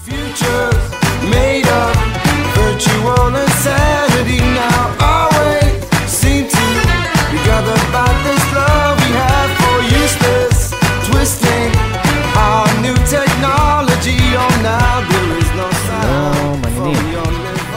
Futures made of virtual insanity now always seem to be gathered by this love we have for useless twisting our new technology on now there is no sound from your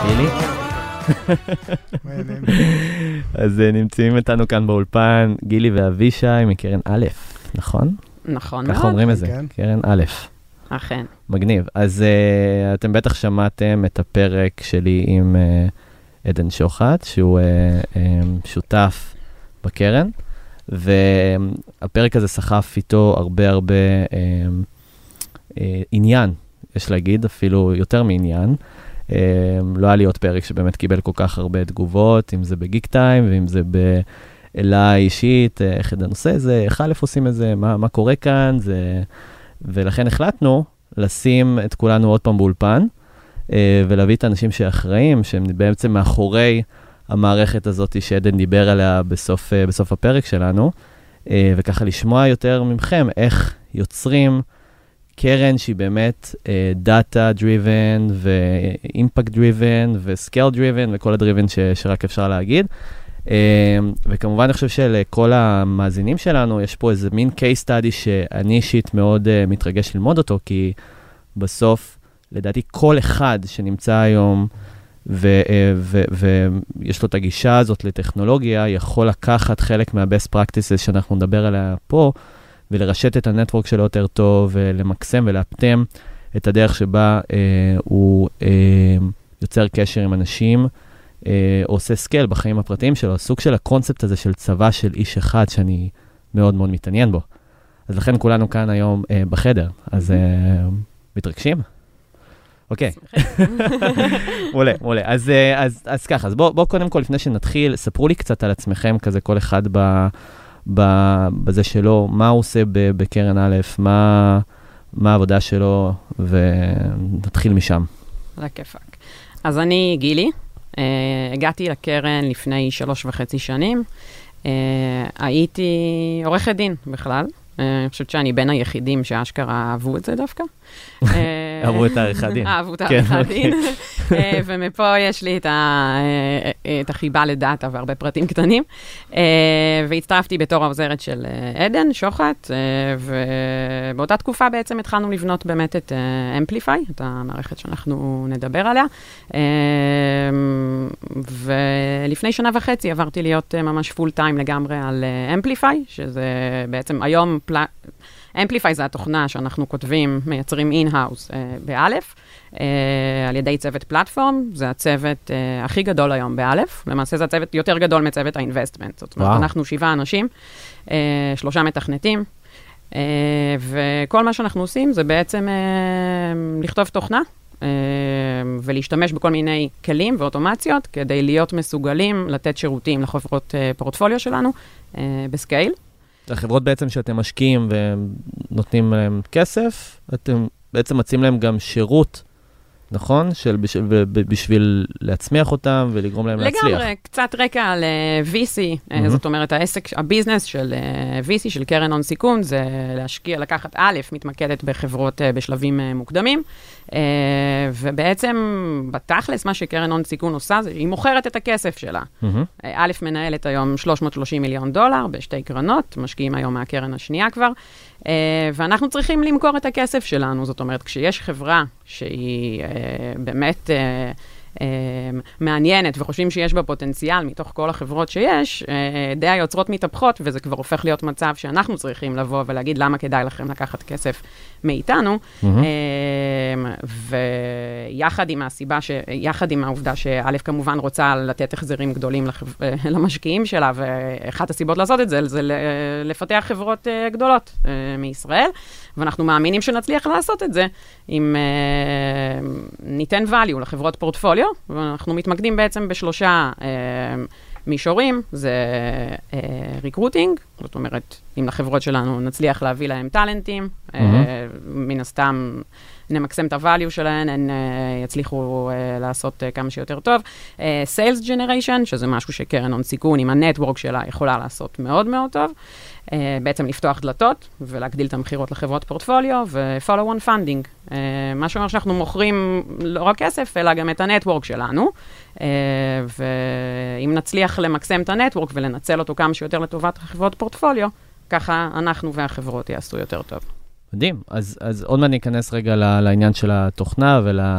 אז נמצאים איתנו כאן באולפן גילי ואבישי מקרן א', נכון? נכון מאוד. ככה אומרים את זה, קרן א'. אכן. מגניב. אז אתם בטח שמעתם את הפרק שלי עם עדן שוחט, שהוא שותף בקרן, והפרק הזה סחף איתו הרבה עניין, יש להגיד, אפילו יותר מעניין. לא היה לי עוד פרק שבאמת קיבל כל כך הרבה תגובות, אם זה בגיק טיים, ואם זה באלה אישית, איך את הנושא הזה, איך א' עושים את זה, מה קורה כאן, ולכן החלטנו לשים את כולנו עוד פעם באולפן, ולהביא את האנשים שאחראים, שהם בעצם מאחורי המערכת הזאת שעדן דיבר עליה בסוף הפרק שלנו, וככה לשמוע יותר ממכם איך יוצרים קרן שהיא באמת data driven ו-impact driven ו-scale driven וכל הדריבן שרק אפשר להגיד. וכמובן אני חושב שלכל המאזינים שלנו יש פה איזה מין case study שאני אישית מאוד מתרגש ללמוד אותו, כי בסוף לדעתי כל אחד שנמצא היום ויש לו את הגישה הזאת לטכנולוגיה יכול לקחת חלק מה-best practices שאנחנו נדבר עליה פה, ולרשת את הנטוורק שלו יותר טוב, ולמקסם ולהפתם את הדרך שבה הוא יוצר קשר עם אנשים, עושה סקייל בחיים הפרטיים שלו, סוג של הקונספט הזה של צבא של איש אחד, שאני מאוד מאוד מתעניין בו. אז לכן כולנו כאן היום בחדר. אז מתרגשים? אוקיי. מעולה. אז ככה, אז בואו קודם כל, לפני שנתחיל, ספרו לי קצת על עצמכם, כזה כל אחד בזה שלו, מה הוא עושה בקרן א', מה העבודה שלו, ונתחיל משם. על הכיפק. אז אני גילי, הגעתי לקרן לפני 3.5 שנים, הייתי עורכת דין בכלל, אני חושבת שאני בין היחידים שאשכרה אהבו את זה דווקא. אהבו את העריכת דין. אהבו את העריכת דין. ומפה יש לי את החיבה לדאטה והרבה פרטים קטנים. והצטרפתי בתור העוזרת של עדן, שוחט, ובאותה תקופה בעצם התחלנו לבנות באמת את אמפליפיי, את המערכת שאנחנו נדבר עליה. ולפני 1.5 שנה עברתי להיות ממש פול טיים לגמרי על אמפליפיי, שזה בעצם היום אמפליפיי זה התוכנה שאנחנו כותבים, מייצרים אין-האוס באלף, על ידי צוות פלטפורם, זה הצוות הכי גדול היום באלף, למעשה זה הצוות יותר גדול מצוות האינבסטמנט, זאת אומרת, אנחנו 7 אנשים, 3 מתכנתים, וכל מה שאנחנו עושים זה בעצם לכתוב תוכנה, ולהשתמש בכל מיני כלים ואוטומציות, כדי להיות מסוגלים לתת שירותים לחברות פורטפוליו שלנו, בסקייל. החברות בעצם שאתם משקיעים ונותנים להם כסף, אתם בעצם מציעים להם גם שירות, נכון? בשביל להצמיח אותם ולגרום להם להצליח. לגמרי, קצת רקע על VC, זאת אומרת, הביזנס של VC, של קרן הון סיכון, זה להשקיע, לקחת א', מתמקדת בחברות בשלבים מוקדמים, ובעצם בתכלס, מה שקרן הון סיכון עושה, זה היא מוכרת את הכסף שלה. א' מנהלת היום $330 מיליון בשתי קרנות, משקיעים היום מהקרן השנייה כבר, ואנחנו צריכים למכור את הכסף שלנו, זאת אומרת, כשיש חברה שהיא באמת מעניינת וחושבים שיש בה פוטנציאל מתוך כל החברות שיש, די היוצרות מתהפכות, וזה כבר הופך להיות מצב שאנחנו צריכים לבוא ולהגיד למה כדאי לכם לקחת כסף מאיתנו, ויחד עם הסיבה, יחד עם העובדה שא' כמובן רוצה לתת החזרים גדולים למשקיעים שלה, ואחת הסיבות לעשות את זה, זה לפתח חברות גדולות מישראל, ואנחנו מאמינים שנצליח לעשות את זה, אם ניתן value לחברות פורטפוליו, ואנחנו מתמקדים בעצם ב3 מישורים, זה ריקרוטינג, זאת אומרת, אם לחברות שלנו נצליח להביא להם טלנטים, מן הסתם נמקסם את ה-value שלהן, הן יצליחו לעשות כמה שיותר טוב. Sales Generation, שזה משהו שקרן הון סיכון עם הנטוורק שלה יכולה לעשות מאוד מאוד טוב. בעצם לפתוח דלתות ולהגדיל את המחירות לחברות פורטפוליו, ו-follow on funding. מה שאומר שאנחנו מוכרים לא רק כסף, אלא גם את הנטוורק שלנו. ואם נצליח למקסם את הנטוורק ולנצל אותו כמה שיותר לטובת חברות פורטפוליו, ככה אנחנו והחברות יעשו יותר טוב. מדהים. אז עוד מעט ניכנס רגע לעניין של התוכנה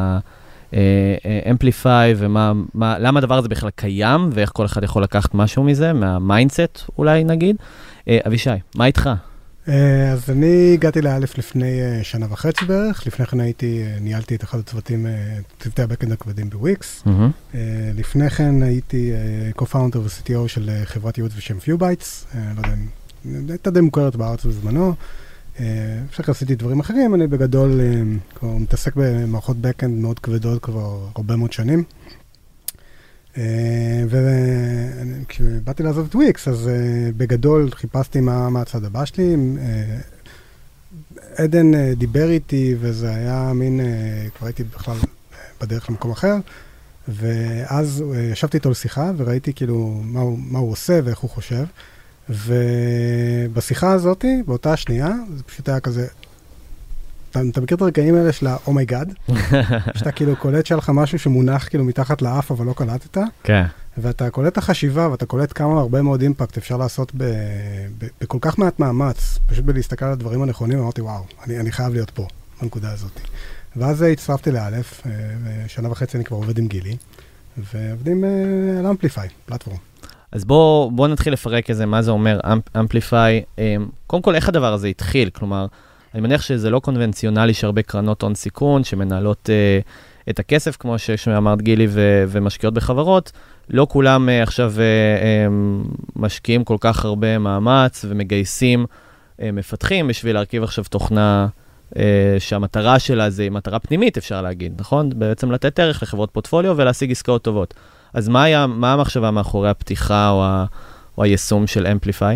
אמפליפיי, ולמה הדבר הזה בכלל קיים, ואיך כל אחד יכול לקחת משהו מזה, מהמיינדסט אולי נגיד. אבישי, מה איתך? אז אני הגעתי לאלף לפני שנה וחצי בערך, לפני כן ניהלתי את אחד הצוותים, צוותי הבקאנד הכבדים בוויקס. לפני כן הייתי co-founder ו-CTO של חברת ייעוץ בשם FewBytes, לא יודע, הייתה די מוכרת בארץ בזמנו. אפשר עשיתי דברים אחרים, אני בגדול מתעסק במערכות בקאנד מאוד כבדות כבר הרבה מאוד שנים. וכשבאתי לעזוב את וויקס, אז בגדול חיפשתי מה הצד הבא שלי. עדן דיבר איתי, וזה היה מין, כבר הייתי בכלל בדרך למקום אחר, ואז ישבתי איתו לשיחה, וראיתי כאילו מה הוא עושה ואיך הוא חושב. ובשיחה הזאת, באותה השנייה, זה פשוט היה כזה, אתה מכיר את הרגעים האלה של אומייגאד? שאתה כאילו קולט שלך משהו שמונח כאילו מתחת לאף, אבל לא קלטת? כן. ואתה קולט את החשיבה, ואתה קולט כמה הרבה מאוד אימפקט אפשר לעשות בכל כך מעט מאמץ, פשוט בלהסתכל על הדברים הנכונים, אמרתי, וואו, אני חייב להיות פה, בנקודה הזאת. ואז הצטרפתי לאלף, ושנה וחצי אני כבר עובד עם גילי, ועובדים על אמפליפיי, פלטפורם. אז בואו נתחיל לפרק איזה, מה זה אומר אמפליפיי. קודם כל, איך הדבר הזה התחיל? כלומר, אני מניח שזה לא קונבנציונלי שהרבה קרנות הון סיכון, שמנהלות את הכסף, כמו שאמרת גילי, ומשקיעות בחברות. לא כולם עכשיו משקיעים כל כך הרבה מאמץ, ומגייסים מפתחים בשביל להרכיב עכשיו תוכנה שהמטרה שלה זה מטרה פנימית, אפשר להגיד, נכון? בעצם לתת ערך לחברות פורטפוליו ולהשיג עסקאות טובות. אז מה המחשבה מאחורי הפתיחה או היישום של אמפליפיי?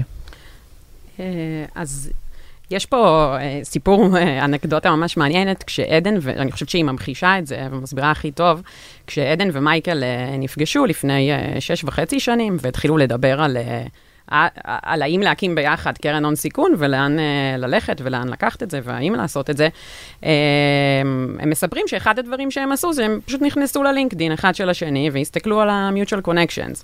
אז יש פה סיפור, אנקדוטה ממש מעניינת, כשעדן, ואני חושבת שהיא ממחישה את זה, ומסבירה הכי טוב, כשעדן ומייקל נפגשו לפני 6.5 שנים, והתחילו לדבר על האם להקים ביחד קרן הון סיכון, ולאן ללכת, ולאן לקחת את זה, והאם לעשות את זה. הם מספרים שאחד הדברים שהם עשו, זה הם פשוט נכנסו ללינקדין אחד של השני, והסתכלו על ה-mutual connections.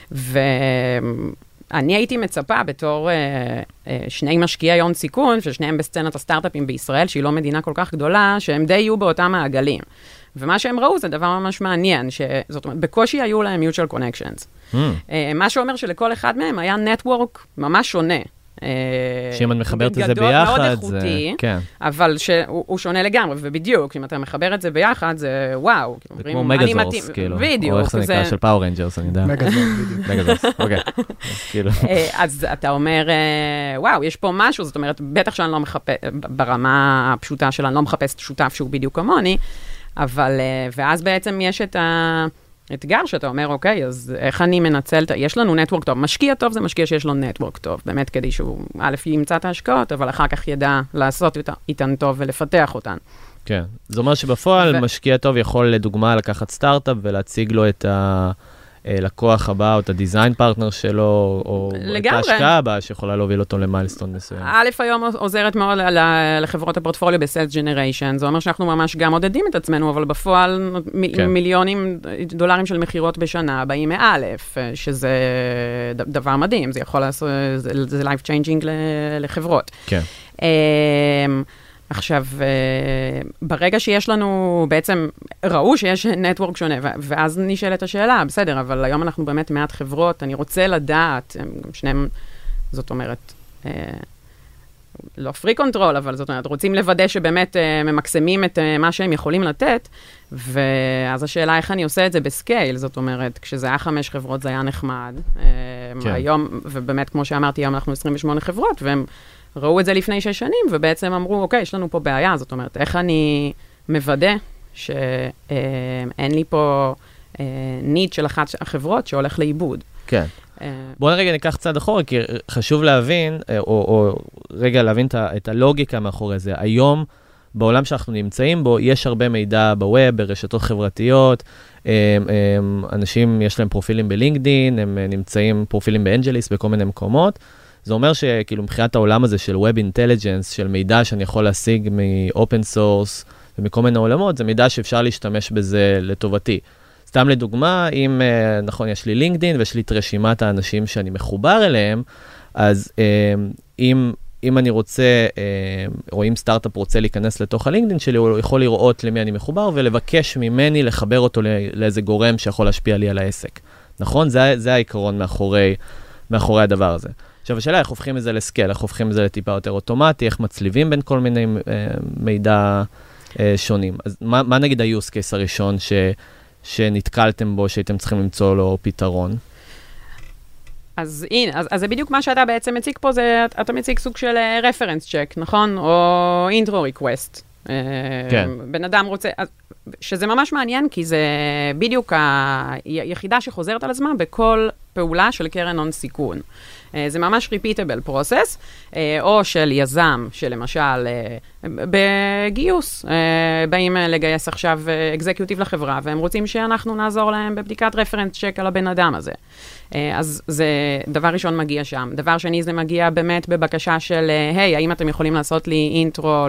אני הייתי מצפה בתור שני משקיעי הון סיכון, ששניהם בסצנת הסטארט-אפים בישראל, שהיא לא מדינה כל כך גדולה, שהם די יהיו באותם מעגלים. ומה שהם ראו זה דבר ממש מעניין, זאת אומרת, בקושי היו להם mutual connections. מה שאומר שלכל אחד מהם היה נטוורק ממש שונה. שאם את מחברת את זה ביחד, מאוד איכותי, אבל שהוא שונה לגמרי, ובדיוק, אם אתה מחבר את זה ביחד, זה וואו. זה כמו מגזורס, כאילו. בדיוק. או איך זה נקרא של פאור רנג'רס, אני יודע. מגזורס, בדיוק. מגזורס, אוקיי. אז אתה אומר, וואו, יש פה משהו, זאת אומרת, בטח שאני לא מחפש, ברמה הפשוטה שלה, אני לא מחפש שותף שהוא בדיוק כמוני, אבל, ואז בעצם יש את אתגר שאתה אומר, אוקיי, אז איך אני מנצל, יש לנו נטוורק טוב, משקיע טוב זה משקיע שיש לו נטוורק טוב, באמת כדי שהוא א' ימצא את ההשקעות, אבל אחר כך ידע לעשות איתן טוב ולפתח אותן. כן, זאת אומרת שבפועל משקיע טוב יכול לדוגמה לקחת סטארט-אפ ולהציג לו את הלקוח הבא, או את הדיזיין פרטנר שלו, או את ההשקעה הבאה שיכולה להוביל אותו למיילסטון מסוים. א' היום עוזרת מאוד לחברות הפורטפוליו ב-Sales Generation, זה אומר שאנחנו ממש גם עודדים את עצמנו, אבל בפועל מיליונים דולרים של מחירות בשנה באים מאלף, שזה דבר מדהים, זה יכול לעשות, זה life changing לחברות. כן. עכשיו, ברגע שיש לנו, בעצם ראו שיש נטוורק שונה, ואז נשאלת השאלה, בסדר, אבל היום אנחנו באמת מעט חברות, אני רוצה לדעת, שניהם, זאת אומרת, לא פרי קונטרול, אבל זאת אומרת, רוצים לוודא שבאמת ממקסמים את מה שהם יכולים לתת, ואז השאלה איך אני עושה את זה בסקייל, זאת אומרת, כשזה היה 5 חברות זה היה נחמד, היום, ובאמת כמו שאמרתי, היום אנחנו 28 חברות, והם ראו את זה לפני 6 שנים, ובעצם אמרו, אוקיי, יש לנו פה בעיה, זאת אומרת, איך אני מוודא שאין לי פה ניד של אחת החברות שהולך לאיבוד. כן. בואו רגע ניקח צעד אחורה, כי חשוב להבין, או רגע להבין את הלוגיקה מאחורי זה. היום בעולם שאנחנו נמצאים בו, יש הרבה מידע בווב, ברשתות חברתיות, אנשים יש להם פרופילים בלינקדין, הם נמצאים פרופילים באנג'ליס, בכל מיני מקומות. זה אומר שכאילו מבחינת העולם הזה של Web Intelligence, של מידע שאני יכול להשיג מ-Open Source ומכל מיני עולמות, זה מידע שאפשר להשתמש בזה לטובתי. סתם לדוגמה, אם, נכון, יש לי לינקדין ויש לי את רשימת האנשים שאני מחובר אליהם, אז אם אני רוצה, או אם סטארט-אפ רוצה להיכנס לתוך הלינקדין שלי, הוא יכול לראות למי אני מחובר ולבקש ממני לחבר אותו לאיזה גורם שיכול להשפיע לי על העסק. נכון? זה העיקרון מאחורי הדבר הזה. עכשיו, השאלה, איך הופכים את זה לסקל, איך הופכים את זה לטיפה יותר אוטומטי, איך מצליבים בין כל מיני מידע שונים. אז מה נגיד ה-use case הראשון שנתקלתם בו, שהייתם צריכים למצוא לו פתרון? אז הנה, אז זה בדיוק מה שאתה בעצם מציג פה, אתה מציג סוג של reference check, נכון? או intro request. כן. בן אדם רוצה, שזה ממש מעניין, כי זה בדיוק היחידה שחוזרת על עצמה בכל פעולה של קרן הון סיכון. זה ממש repeatable process, או של יזם, שלמשל בגיוס, באים לגייס עכשיו אקזקיוטיב לחברה, והם רוצים שאנחנו נעזור להם בבדיקת רפרנס צ'ק על הבן אדם הזה. אז זה דבר ראשון מגיע שם. דבר שני, זה מגיע באמת בבקשה של, היי, האם אתם יכולים לעשות לי אינטרו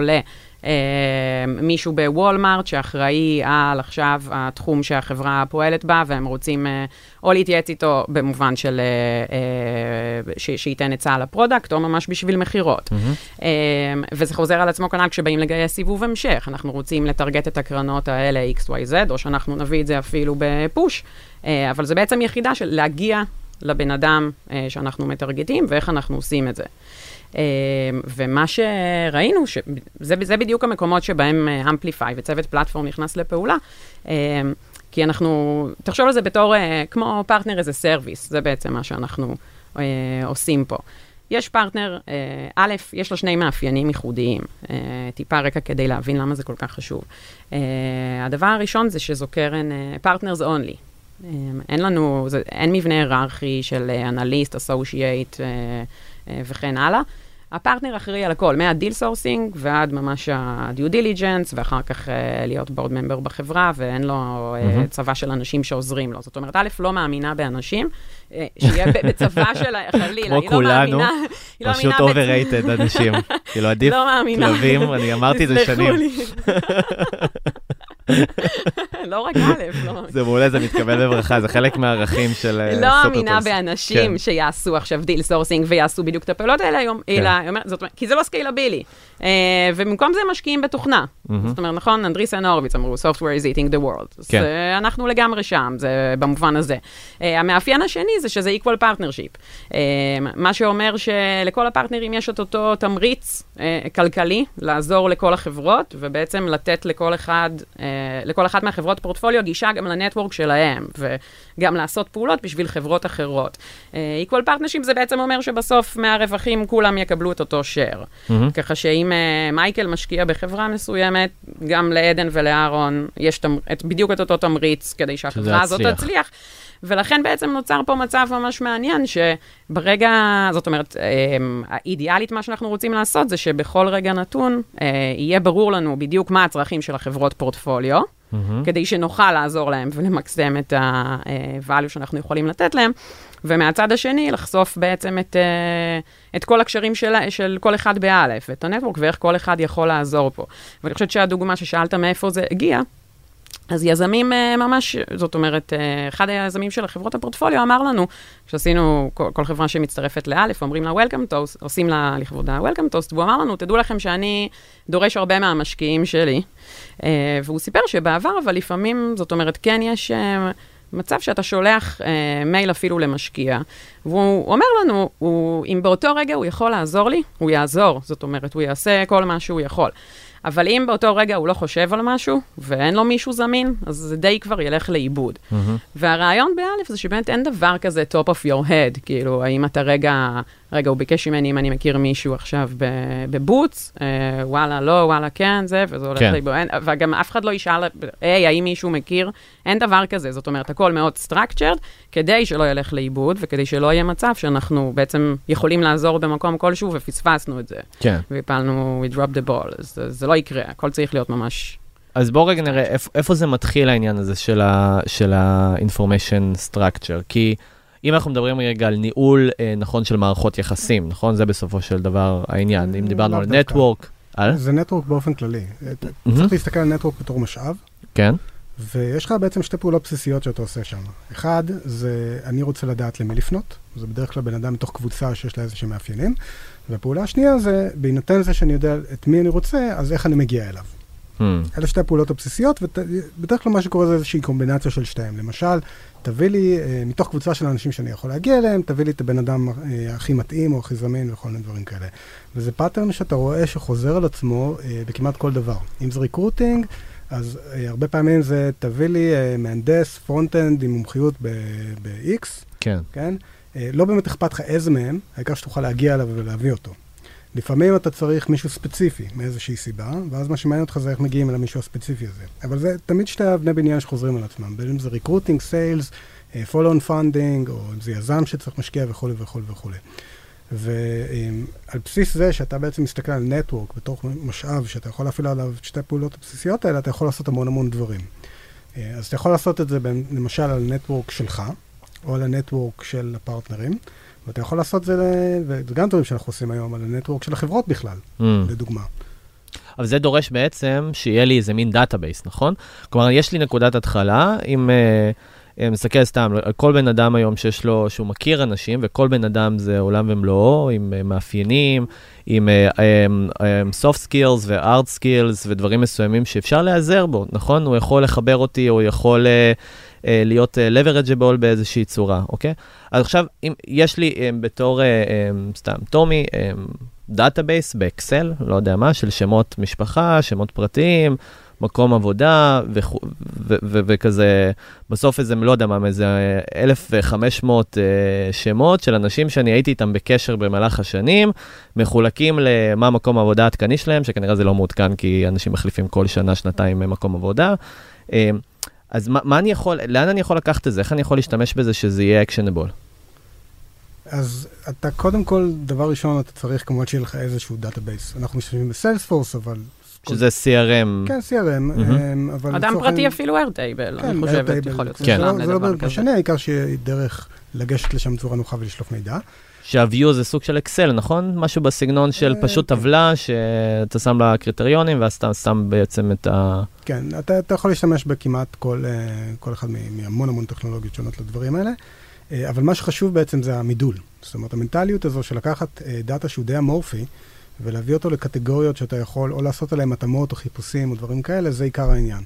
מישהו בוולמארט שאחראי על עכשיו התחום שהחברה פועלת בה, והם רוצים או להתייעץ איתו במובן של שייתן עצה על הפרודקט, או ממש בשביל מחירות. וזה חוזר על עצמו כנ"ל כשבאים לגייס סיבוב המשך. אנחנו רוצים לטרגט את הקרנות האלה XYZ, או שאנחנו נביא את זה אפילו בפוש. אבל זה בעצם יחידה של להגיע לבן אדם שאנחנו מטרגטים, ואיך אנחנו עושים את זה. ומה שראינו, זה בדיוק המקומות שבהם אמפליפיי וצוות פלטפורם נכנס לפעולה, כי אנחנו, תחשוב על זה בתור כמו פרטנר איזה סרוויס, זה בעצם מה שאנחנו עושים פה. יש פרטנר, א', יש לו שני מאפיינים ייחודיים, טיפה רקע כדי להבין למה זה כל כך חשוב. הדבר הראשון זה שזו קרן פרטנרס אונלי. אין מבנה היררכי של אנליסט, אסושייט וכן הלאה. הפרטנר אחראי על הכל, מהדיל סורסינג ועד ממש הדיו דיליג'נס, ואחר כך להיות בורד ממבר בחברה, ואין לו צבא של אנשים שעוזרים לו. זאת אומרת, א', לא מאמינה באנשים, שיהיה בצבא של חלילה. כמו כולנו, פשוט overrated אנשים. כאילו עדיף כלבים, אני אמרתי את זה שנים. לא רק א', לא. זה מעולה, זה מתקבל בברכה, זה חלק מהערכים של סוקרטוס. לא מאמינה באנשים שיעשו עכשיו דיל סורסינג ויעשו בדיוק את הפעולות האלה היום, כי זה לא סקיילבילי. ובמקום זה משקיעים בתוכנה. זאת אומרת, נכון, אנדריסן הורוביץ אמרו, software is eating the world. אז אנחנו לגמרי שם, זה במובן הזה. המאפיין השני זה שזה equal partnership. מה שאומר שלכל הפרטנרים יש את אותו תמריץ כלכלי, לעזור לכל החברות, ובעצם לתת לכל אחת מהחברות פורטפוליו גישה גם לנטוורק שלהם, וגם לעשות פעולות בשביל חברות אחרות. equal partnership זה בעצם אומר שבסוף מהרווחים כולם יקבלו את אותו share. ככה שאם מייקל משקיע בחברה מסוימת, גם לעדן ולארון יש בדיוק את אותו תמריץ כדי שהחברה הזאת תצליח. ולכן בעצם נוצר פה מצב ממש מעניין, שברגע, זאת אומרת, האידיאלית מה שאנחנו רוצים לעשות, זה שבכל רגע נתון, יהיה ברור לנו בדיוק מה הצרכים של החברות פורטפוליו, כדי שנוכל לעזור להם ולמקסם את ה-value שאנחנו יכולים לתת להם, ומהצד השני, לחשוף בעצם את כל הקשרים של כל אחד באלף, את הנטוורק, ואיך כל אחד יכול לעזור פה. ואני חושבת שהדוגמה ששאלת מאיפה זה הגיע, אז יזמים ממש, זאת אומרת, אחד היזמים של החברות הפורטפוליו אמר לנו, כשעשינו כל חברה שמצטרפת לאלף, אומרים לה Welcome Toast, עושים לה לכבודה Welcome Toast, והוא אמר לנו, תדעו לכם שאני דורש הרבה מהמשקיעים שלי, והוא סיפר שבעבר, אבל לפעמים, זאת אומרת, כן יש מצב שאתה שולח מייל אפילו למשקיע, והוא אומר לנו, אם באותו רגע הוא יכול לעזור לי, הוא יעזור, זאת אומרת, הוא יעשה כל מה שהוא יכול. אבל אם באותו רגע הוא לא חושב על משהו, ואין לו מישהו זמין, אז זה די כבר ילך לאיבוד. והרעיון באלף זה שבאמת אין דבר כזה top of your head, כאילו, האם אתה רגע רגע, הוא ביקש ממני אם אני מכיר מישהו עכשיו בבוץ, וואלה, לא, וואלה, כן, זה, וזה הולך לאיבוד. וגם אף אחד לא ישאל, האם מישהו מכיר? אין דבר כזה. זאת אומרת, הכל מאוד structured, כדי שלא ילך לאיבוד, וכדי שלא יהיה מצב שאנחנו בעצם יכולים לעזור במקום כלשהו, ופספסנו את זה. כן. והפלנו, we dropped the ball. אז זה לא יקרה, הכל צריך להיות ממש... אז בואו רגע נראה, איפה זה מתחיל העניין הזה של ה-information structure? כי אם אנחנו מדברים רגע על ניהול נכון של מערכות יחסים, נכון? זה בסופו של דבר העניין. אם דיברנו על נטוורק... זה נטוורק באופן כללי. צריך להסתכל על נטוורק בתור משאב. כן. ויש לך בעצם שתי פעולות בסיסיות שאתה עושה שם. אחד, זה אני רוצה לדעת למי לפנות. זה בדרך כלל בן אדם מתוך קבוצה שיש לה איזושהי מאפיינים. והפעולה השנייה זה, בהינתן זה שאני יודע את מי אני רוצה, אז איך אני מגיע אליו. אלה שתי הפעולות הבסיסיות, ובדרך כלל מה שקורה זה איזושהי קומבינציה של שתיהם. למשל, תביא לי, מתוך קבוצה של האנשים שאני יכול להגיע אליהם, תביא לי את הבן אדם הכי מתאים או הכי זמין וכל מיני דברים כאלה. וזה פאטרן שאתה רואה שחוזר על עצמו בכמעט כל דבר. אם זה ריקרוטינג, אז הרבה פעמים זה תביא לי מהנדס, פרונט-אנד עם מומחיות ב-X. כן. כן? לא באמת אכפת לך איזה מהם, העיקר שתוכל להגיע אליו ולהביא אותו. לפעמים אתה צריך מישהו ספציפי מאיזושהי סיבה, ואז מה שמעניין אותך זה איך מגיעים אל המישהו הספציפי הזה. אבל זה תמיד שתי אבני בניין שחוזרים על עצמם. בין אם זה ריקרוטינג, סיילס, follow-on funding, או אם זה יזם שצריך משקיע וכו' וכו' וכו'. ועל בסיס זה שאתה בעצם מסתכל על נטוורק בתוך משאב, שאתה יכול להפעיל עליו שתי פעולות הבסיסיות האלה, אתה יכול לעשות המון המון דברים. אז אתה יכול לעשות את זה למשל על נטוורק שלך, או על הנטוורק של הפרטנרים, ואתה יכול לעשות זה, וזה גם דברים שאנחנו עושים היום, על הנטוורק של החברות בכלל, לדוגמה. אבל זה דורש בעצם שיהיה לי איזה מין דאטאבייס, נכון? כלומר, יש לי נקודת התחלה, אם מסתכל סתם, כל בן אדם היום שיש לו, שהוא מכיר אנשים, וכל בן אדם זה עולם ומלואו, עם מאפיינים, עם soft skills ו-hard skills ודברים מסוימים שאפשר להיעזר בו, נכון? הוא יכול לחבר אותי, או יכול להיות leverageable באיזושהי צורה, אוקיי? אז עכשיו, אם יש לי בתור, סתם, טומי, דאטאבייס באקסל, לא יודע מה, של שמות משפחה, שמות פרטיים, מקום עבודה, וכזה, בסוף איזה, לא יודע מה, איזה 1,500 שמות של אנשים שאני הייתי איתם בקשר במהלך השנים, מחולקים למה מקום העבודה העדכני שלהם, שכנראה זה לא מעודכן, כי אנשים מחליפים כל שנה, שנתיים מקום עבודה. אז מה אני יכול, לאן אני יכול לקחת את זה? איך אני יכול להשתמש בזה שזה יהיה actionable? אז אתה קודם כל, דבר ראשון, אתה צריך כמובן שיהיה לך איזשהו דאטאבייס. אנחנו משתמשים בסיילספורס, אבל... שזה CRM. כן, CRM. אדם פרטי אפילו Airtable, אני חושבת, יכול להיות. זה לא משנה, העיקר שיהיה דרך לגשת לשם בצורה נוחה ולשלוף מידע. שה-view זה סוג של אקסל, נכון? משהו בסגנון של פשוט טבלה, שאתה שם לה קריטריונים, ואז אתה שם בעצם את ה... כן, אתה יכול להשתמש בכמעט כל אחד מהמון המון טכנולוגיות שונות לדברים האלה, אבל מה שחשוב בעצם זה המידול. זאת אומרת, המנטליות הזו של לקחת דאטה שהוא די אמורפי, ולהביא אותו לקטגוריות שאתה יכול או לעשות עליהם התאמות או חיפושים או דברים כאלה, זה עיקר העניין.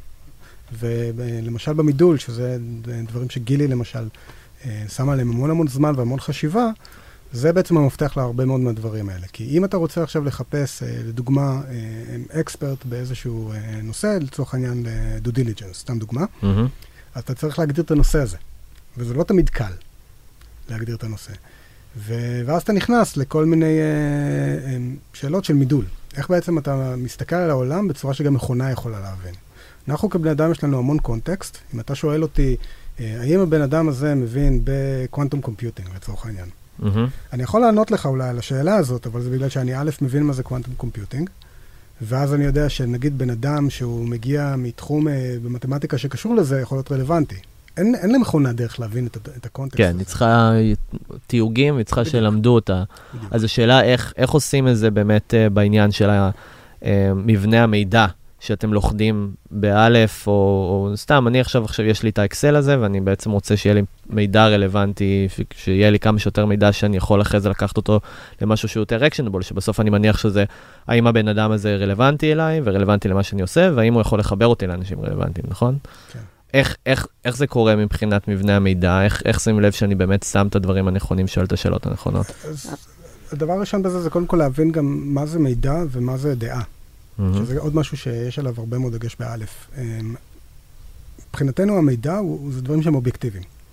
ולמשל במידול, שזה דברים שגילי למשל שמה עליהם המון המון זמן והמון חשיבה, זה בעצם המפתח להרבה מאוד מהדברים האלה. כי אם אתה רוצה עכשיו לחפש, לדוגמה, אקספרט באיזשהו נושא, לצורך העניין דו דיליג'נס, סתם דוגמה, אז אתה צריך להגדיר את הנושא הזה. וזה לא תמיד קל להגדיר את הנושא. ואז אתה נכנס לכל מיני שאלות של מידול. איך בעצם אתה מסתכל על העולם בצורה שגם מכונה יכולה להבין. אנחנו כבני אדם יש לנו המון קונטקסט. אם אתה שואל אותי, האם הבן אדם הזה מבין בקוונטום קומפיוטינג, לצורך העניין? אני יכול לענות לך אולי על השאלה הזאת, אבל זה בגלל שאני א' מבין מה זה קוונטום קומפיוטינג, ואז אני יודע שנגיד בן אדם שהוא מגיע מתחום במתמטיקה שקשור לזה, יכול להיות רלוונטי. אין למכונה דרך להבין את הקונטקסט. כן, היא צריכה תיוגים, היא צריכה שלמדו אותה. אז השאלה איך עושים את זה באמת בעניין של מבנה המידע שאתם לוכדים באלף, או סתם, אני עכשיו יש לי את האקסל הזה, ואני בעצם רוצה שיהיה לי מידע רלוונטי, שיהיה לי כמה שיותר מידע שאני יכול אחרי זה לקחת אותו למשהו שהוא יותר actionable, שבסוף אני מניח שזה, האם הבן אדם הזה רלוונטי אליי, ורלוונטי למה שאני עושה, והאם הוא יכול לחבר אותי לאנשים רלוונטיים, נכון? כן. איך זה קורה מבחינת מבנה המידע? איך שמים לב שאני באמת שם את הדברים הנכונים, שואל את השאלות הנכונות? הדבר הראשון בזה זה קודם כל להבין גם מה זה מידע ומה זה דעה. שזה עוד משהו שיש עליו הרבה מאוד דגש באלף. מבחינתנו המידע זה דברים שהם אובייקטיביים.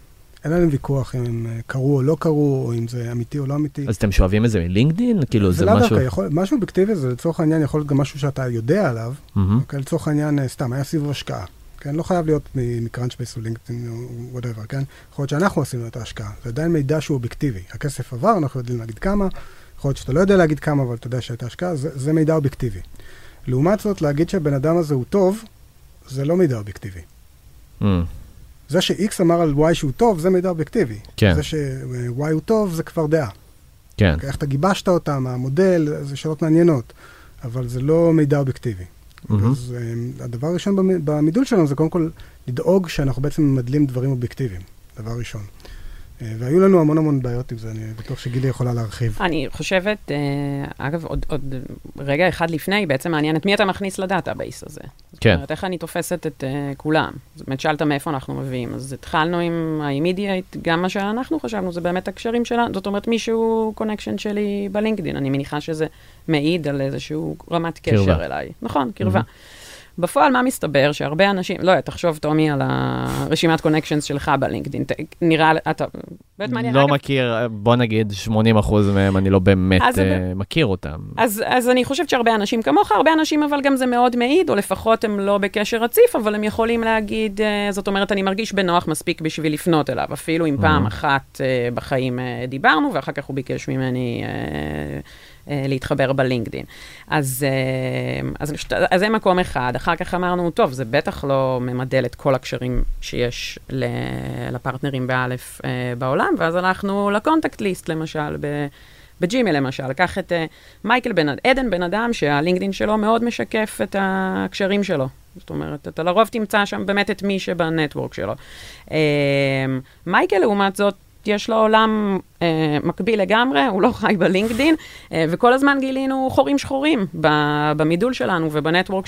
אין עליהם ויכוח אם הם קרו או לא קרו, או אם זה אמיתי או לא אמיתי. אז אתם שואבים את זה מלינקדין? כאילו זה משהו... משהו אובייקטיבי, זה לצורך העניין יכול להיות גם משהו שאתה יודע עליו, לצורך העניין, סתם, היה סיבוב השקעה. כן, לא חייב להיות מקראנצ'בייס או לינקדין או whatever, כן? יכול להיות שאנחנו עשינו את ההשקעה. זה עדיין מידע שהוא אובייקטיבי. הכסף עבר, אנחנו יודעים להגיד כמה, יכול להיות שאתה לא יודע להגיד כמה, אבל אתה יודע שהייתה השקעה, זה מידע אובייקטיבי. לעומת זאת, להגיד שהבן אדם הזה הוא טוב, זה לא מידע אובייקטיבי. זה ש-X אמר על Y שהוא טוב, זה מידע אובייקטיבי. כן. זה ש-Y הוא טוב, זה כבר דעה. כן. איך אתה גיבשת אותם, המודל, זה שאלות מעניינות, אבל זה לא מידע אובייקטיבי. אז הדבר הראשון במידול שלנו זה קודם כל לדאוג שאנחנו בעצם ממדלים דברים אובייקטיביים, דבר ראשון. והיו לנו המון בעיות עם זה, אני בטוח שגילי יכולה להרחיב. אני חושבת, אגב, עוד רגע אחד לפני, בעצם מעניין את מי אתה מכניס לדאטאבייס הזה. כן. זאת אומרת, איך אני תופסת את כולם. זאת אומרת, שאלת מאיפה אנחנו מביאים. אז התחלנו עם ה-immediate, גם מה שאנחנו חשבנו, זה באמת הקשרים שלנו. זאת אומרת, מישהו קונקשן שלי בלינקדין. אני מניחה שזה מעיד על איזשהו רמת קשר אליי. נכון, קרבה. בפועל, מה מסתבר? שהרבה אנשים, לא, תחשוב, תומי, על הרשימת קונקשנס שלך בלינקדין. נראה, אתה... לא מכיר, בוא נגיד, 80% מהם, אני לא באמת מכיר אותם. אז אני חושבת שהרבה אנשים כמוך, הרבה אנשים, אבל גם זה מאוד מעיד, או לפחות הם לא בקשר רציף, אבל הם יכולים להגיד, זאת אומרת, אני מרגיש בנוח מספיק בשביל לפנות אליו, אפילו אם פעם אחת בחיים דיברנו, ואחר כך הוא ביקש ממני... להתחבר בלינקדין. אז זה מקום אחד. אחר כך אמרנו, טוב, זה בטח לא ממדל את כל הקשרים שיש לפרטנרים באלף בעולם, ואז הלכנו לקונטקט ליסט, למשל, בג'ימייל למשל. קח את עדן בן אדם, שהלינקדין שלו מאוד משקף את הקשרים שלו. זאת אומרת, אתה לרוב תמצא שם באמת את מי שבנטוורק שלו. מייקל, לעומת זאת, יש לו עולם מקביל לגמרי, הוא לא חי בלינקדין, וכל הזמן גילינו חורים שחורים במידול שלנו ובנטוורק,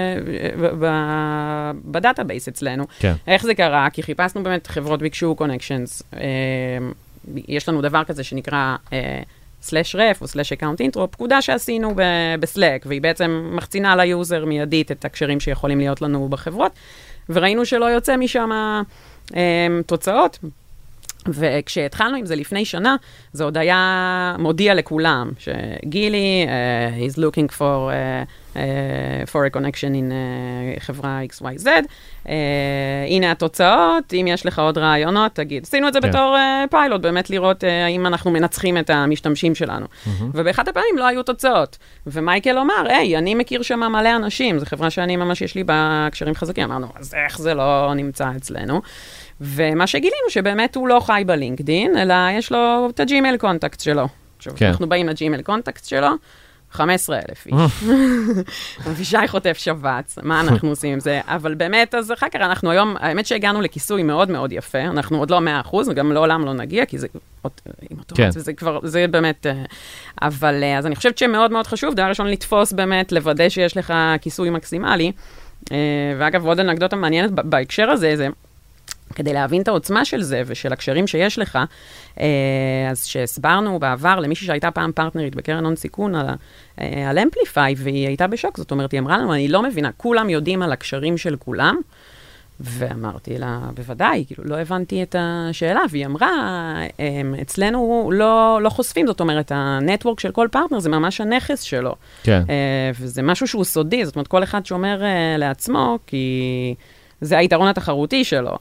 בדאטאבייס אצלנו. כן. איך זה קרה? כי חיפשנו באמת, חברות ביקשו קונקשנס, יש לנו דבר כזה שנקרא /ref או /account intro, פקודה שעשינו בסלק, והיא בעצם מחצינה ליוזר מיידית את הקשרים שיכולים להיות לנו בחברות, וראינו שלא יוצא משם תוצאות, וכשהתחלנו עם זה לפני שנה, זה עוד היה מודיע לכולם, שגילי, he's looking for a connection in חברה XYZ, הנה התוצאות, אם יש לך עוד רעיונות, תגיד. עשינו את זה בתור פיילוט, באמת לראות האם אנחנו מנצחים את המשתמשים שלנו. ובאחת הפעמים לא היו תוצאות. ומייקל אומר, היי, אני מכיר שם מלא אנשים, זו חברה שאני ממש יש לי בקשרים חזקים. אמרנו, אז איך זה לא נמצא אצלנו? ומה שגילינו שבאמת הוא לא חי בלינקדין, אלא יש לו את הג'ימייל קונטקט שלו. עכשיו, אנחנו באים לג'ימייל קונטקט שלו, 15,000 איש. אבישי חוטף שבץ, מה אנחנו עושים עם זה? אבל באמת, אז אחר כך אנחנו היום, האמת שהגענו לכיסוי מאוד מאוד יפה, אנחנו עוד לא 100%, וגם לעולם לא נגיע, כי זה עם אוטומט, וזה כבר, זה באמת, אבל אז אני חושבת שמאוד מאוד חשוב, דבר ראשון לתפוס באמת, לוודא שיש לך כיסוי מקסימלי, ואגב, עוד אנקדוטה מעניינת בהקשר הזה, זה כדי להבין את העוצמה של זה ושל הקשרים שיש לך, אז שהסברנו בעבר למישהי שהייתה פעם פרטנרית בקרן הון סיכון על אמפליפיי, והיא הייתה בשוק, זאת אומרת, היא אמרה לנו, אני לא מבינה, כולם יודעים על הקשרים של כולם, ואמרתי לה, בוודאי, כאילו, לא הבנתי את השאלה, והיא אמרה, אצלנו לא חושפים, זאת אומרת, הנטוורק של כל פרטנר זה ממש הנכס שלו. כן. וזה משהו שהוא סודי, זאת אומרת, כל אחד שומר לעצמו, כי זה היתרון התחרותי שלו.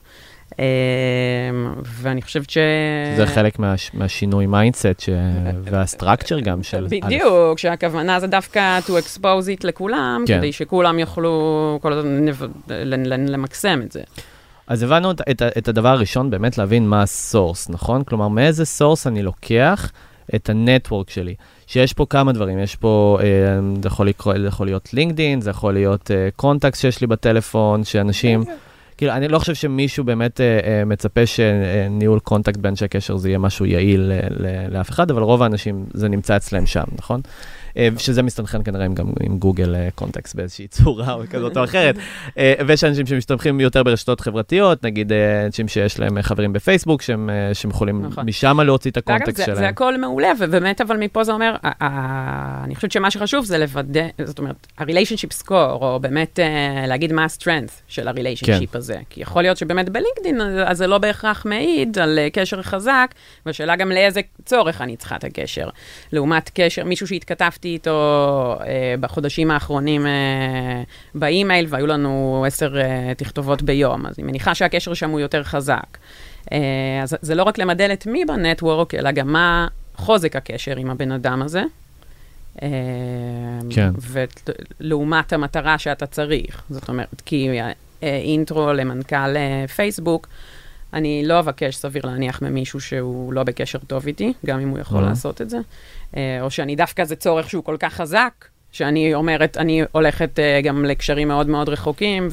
ואני חושבת זה חלק מהשינוי מיינדסט והסטרקצ'ר גם של... בדיוק, שהכוונה זה דווקא to expose it לכולם, כדי שכולם יוכלו למקסם את זה. אז הבנו את הדבר הראשון, באמת להבין מה הסורס, נכון? כלומר, מאיזה סורס אני לוקח את הנטוורק שלי, שיש פה כמה דברים, יש פה, זה יכול להיות לינקדין, זה יכול להיות קונטקט שיש לי בטלפון, שאנשים... כאילו, אני לא חושב שמישהו באמת מצפה שניהול קונטקט באנשי קשר זה יהיה משהו יעיל לאף אחד, אבל רוב האנשים זה נמצא אצלם שם, נכון? שזה מסתנכרן כנראה גם עם גוגל קונטקסט באיזושהי צורה או כזאת או אחרת. ויש אנשים שמשתמשים יותר ברשתות חברתיות, נגיד אנשים שיש להם חברים בפייסבוק, שהם יכולים משם להוציא את הקונטקסט שלהם. זה הכל מעולה, ובאמת אבל מפה זה אומר, אני חושבת שמה שחשוב זה לוודא, זאת אומרת, ה-relationship score, או באמת להגיד מה ה-strength של ה-relationship הזה. כי יכול להיות שבאמת בלינקדין, אז זה לא בהכרח מעיד על קשר חזק, והשאלה גם לאיזה צורך אני צריכה את הקשר. לעומת קשר, מישהו שהתכתבתי איתו בחודשים האחרונים באימייל, והיו לנו 10 תכתובות ביום, אז אני מניחה שהקשר שם הוא יותר חזק. אז זה לא רק למדל את מי בנטוורק, אלא גם מה חוזק הקשר עם הבן אדם הזה. כן. ולעומת המטרה שאתה צריך. זאת אומרת, כי אינטרו למנכ"ל פייסבוק, אני לא אבקש סביר להניח ממישהו שהוא לא בקשר טוב איתי, גם אם הוא יכול לעשות את זה. או שאני דווקא זה צורך שהוא כל כך חזק, שאני אומרת, אני הולכת גם לקשרים מאוד מאוד רחוקים,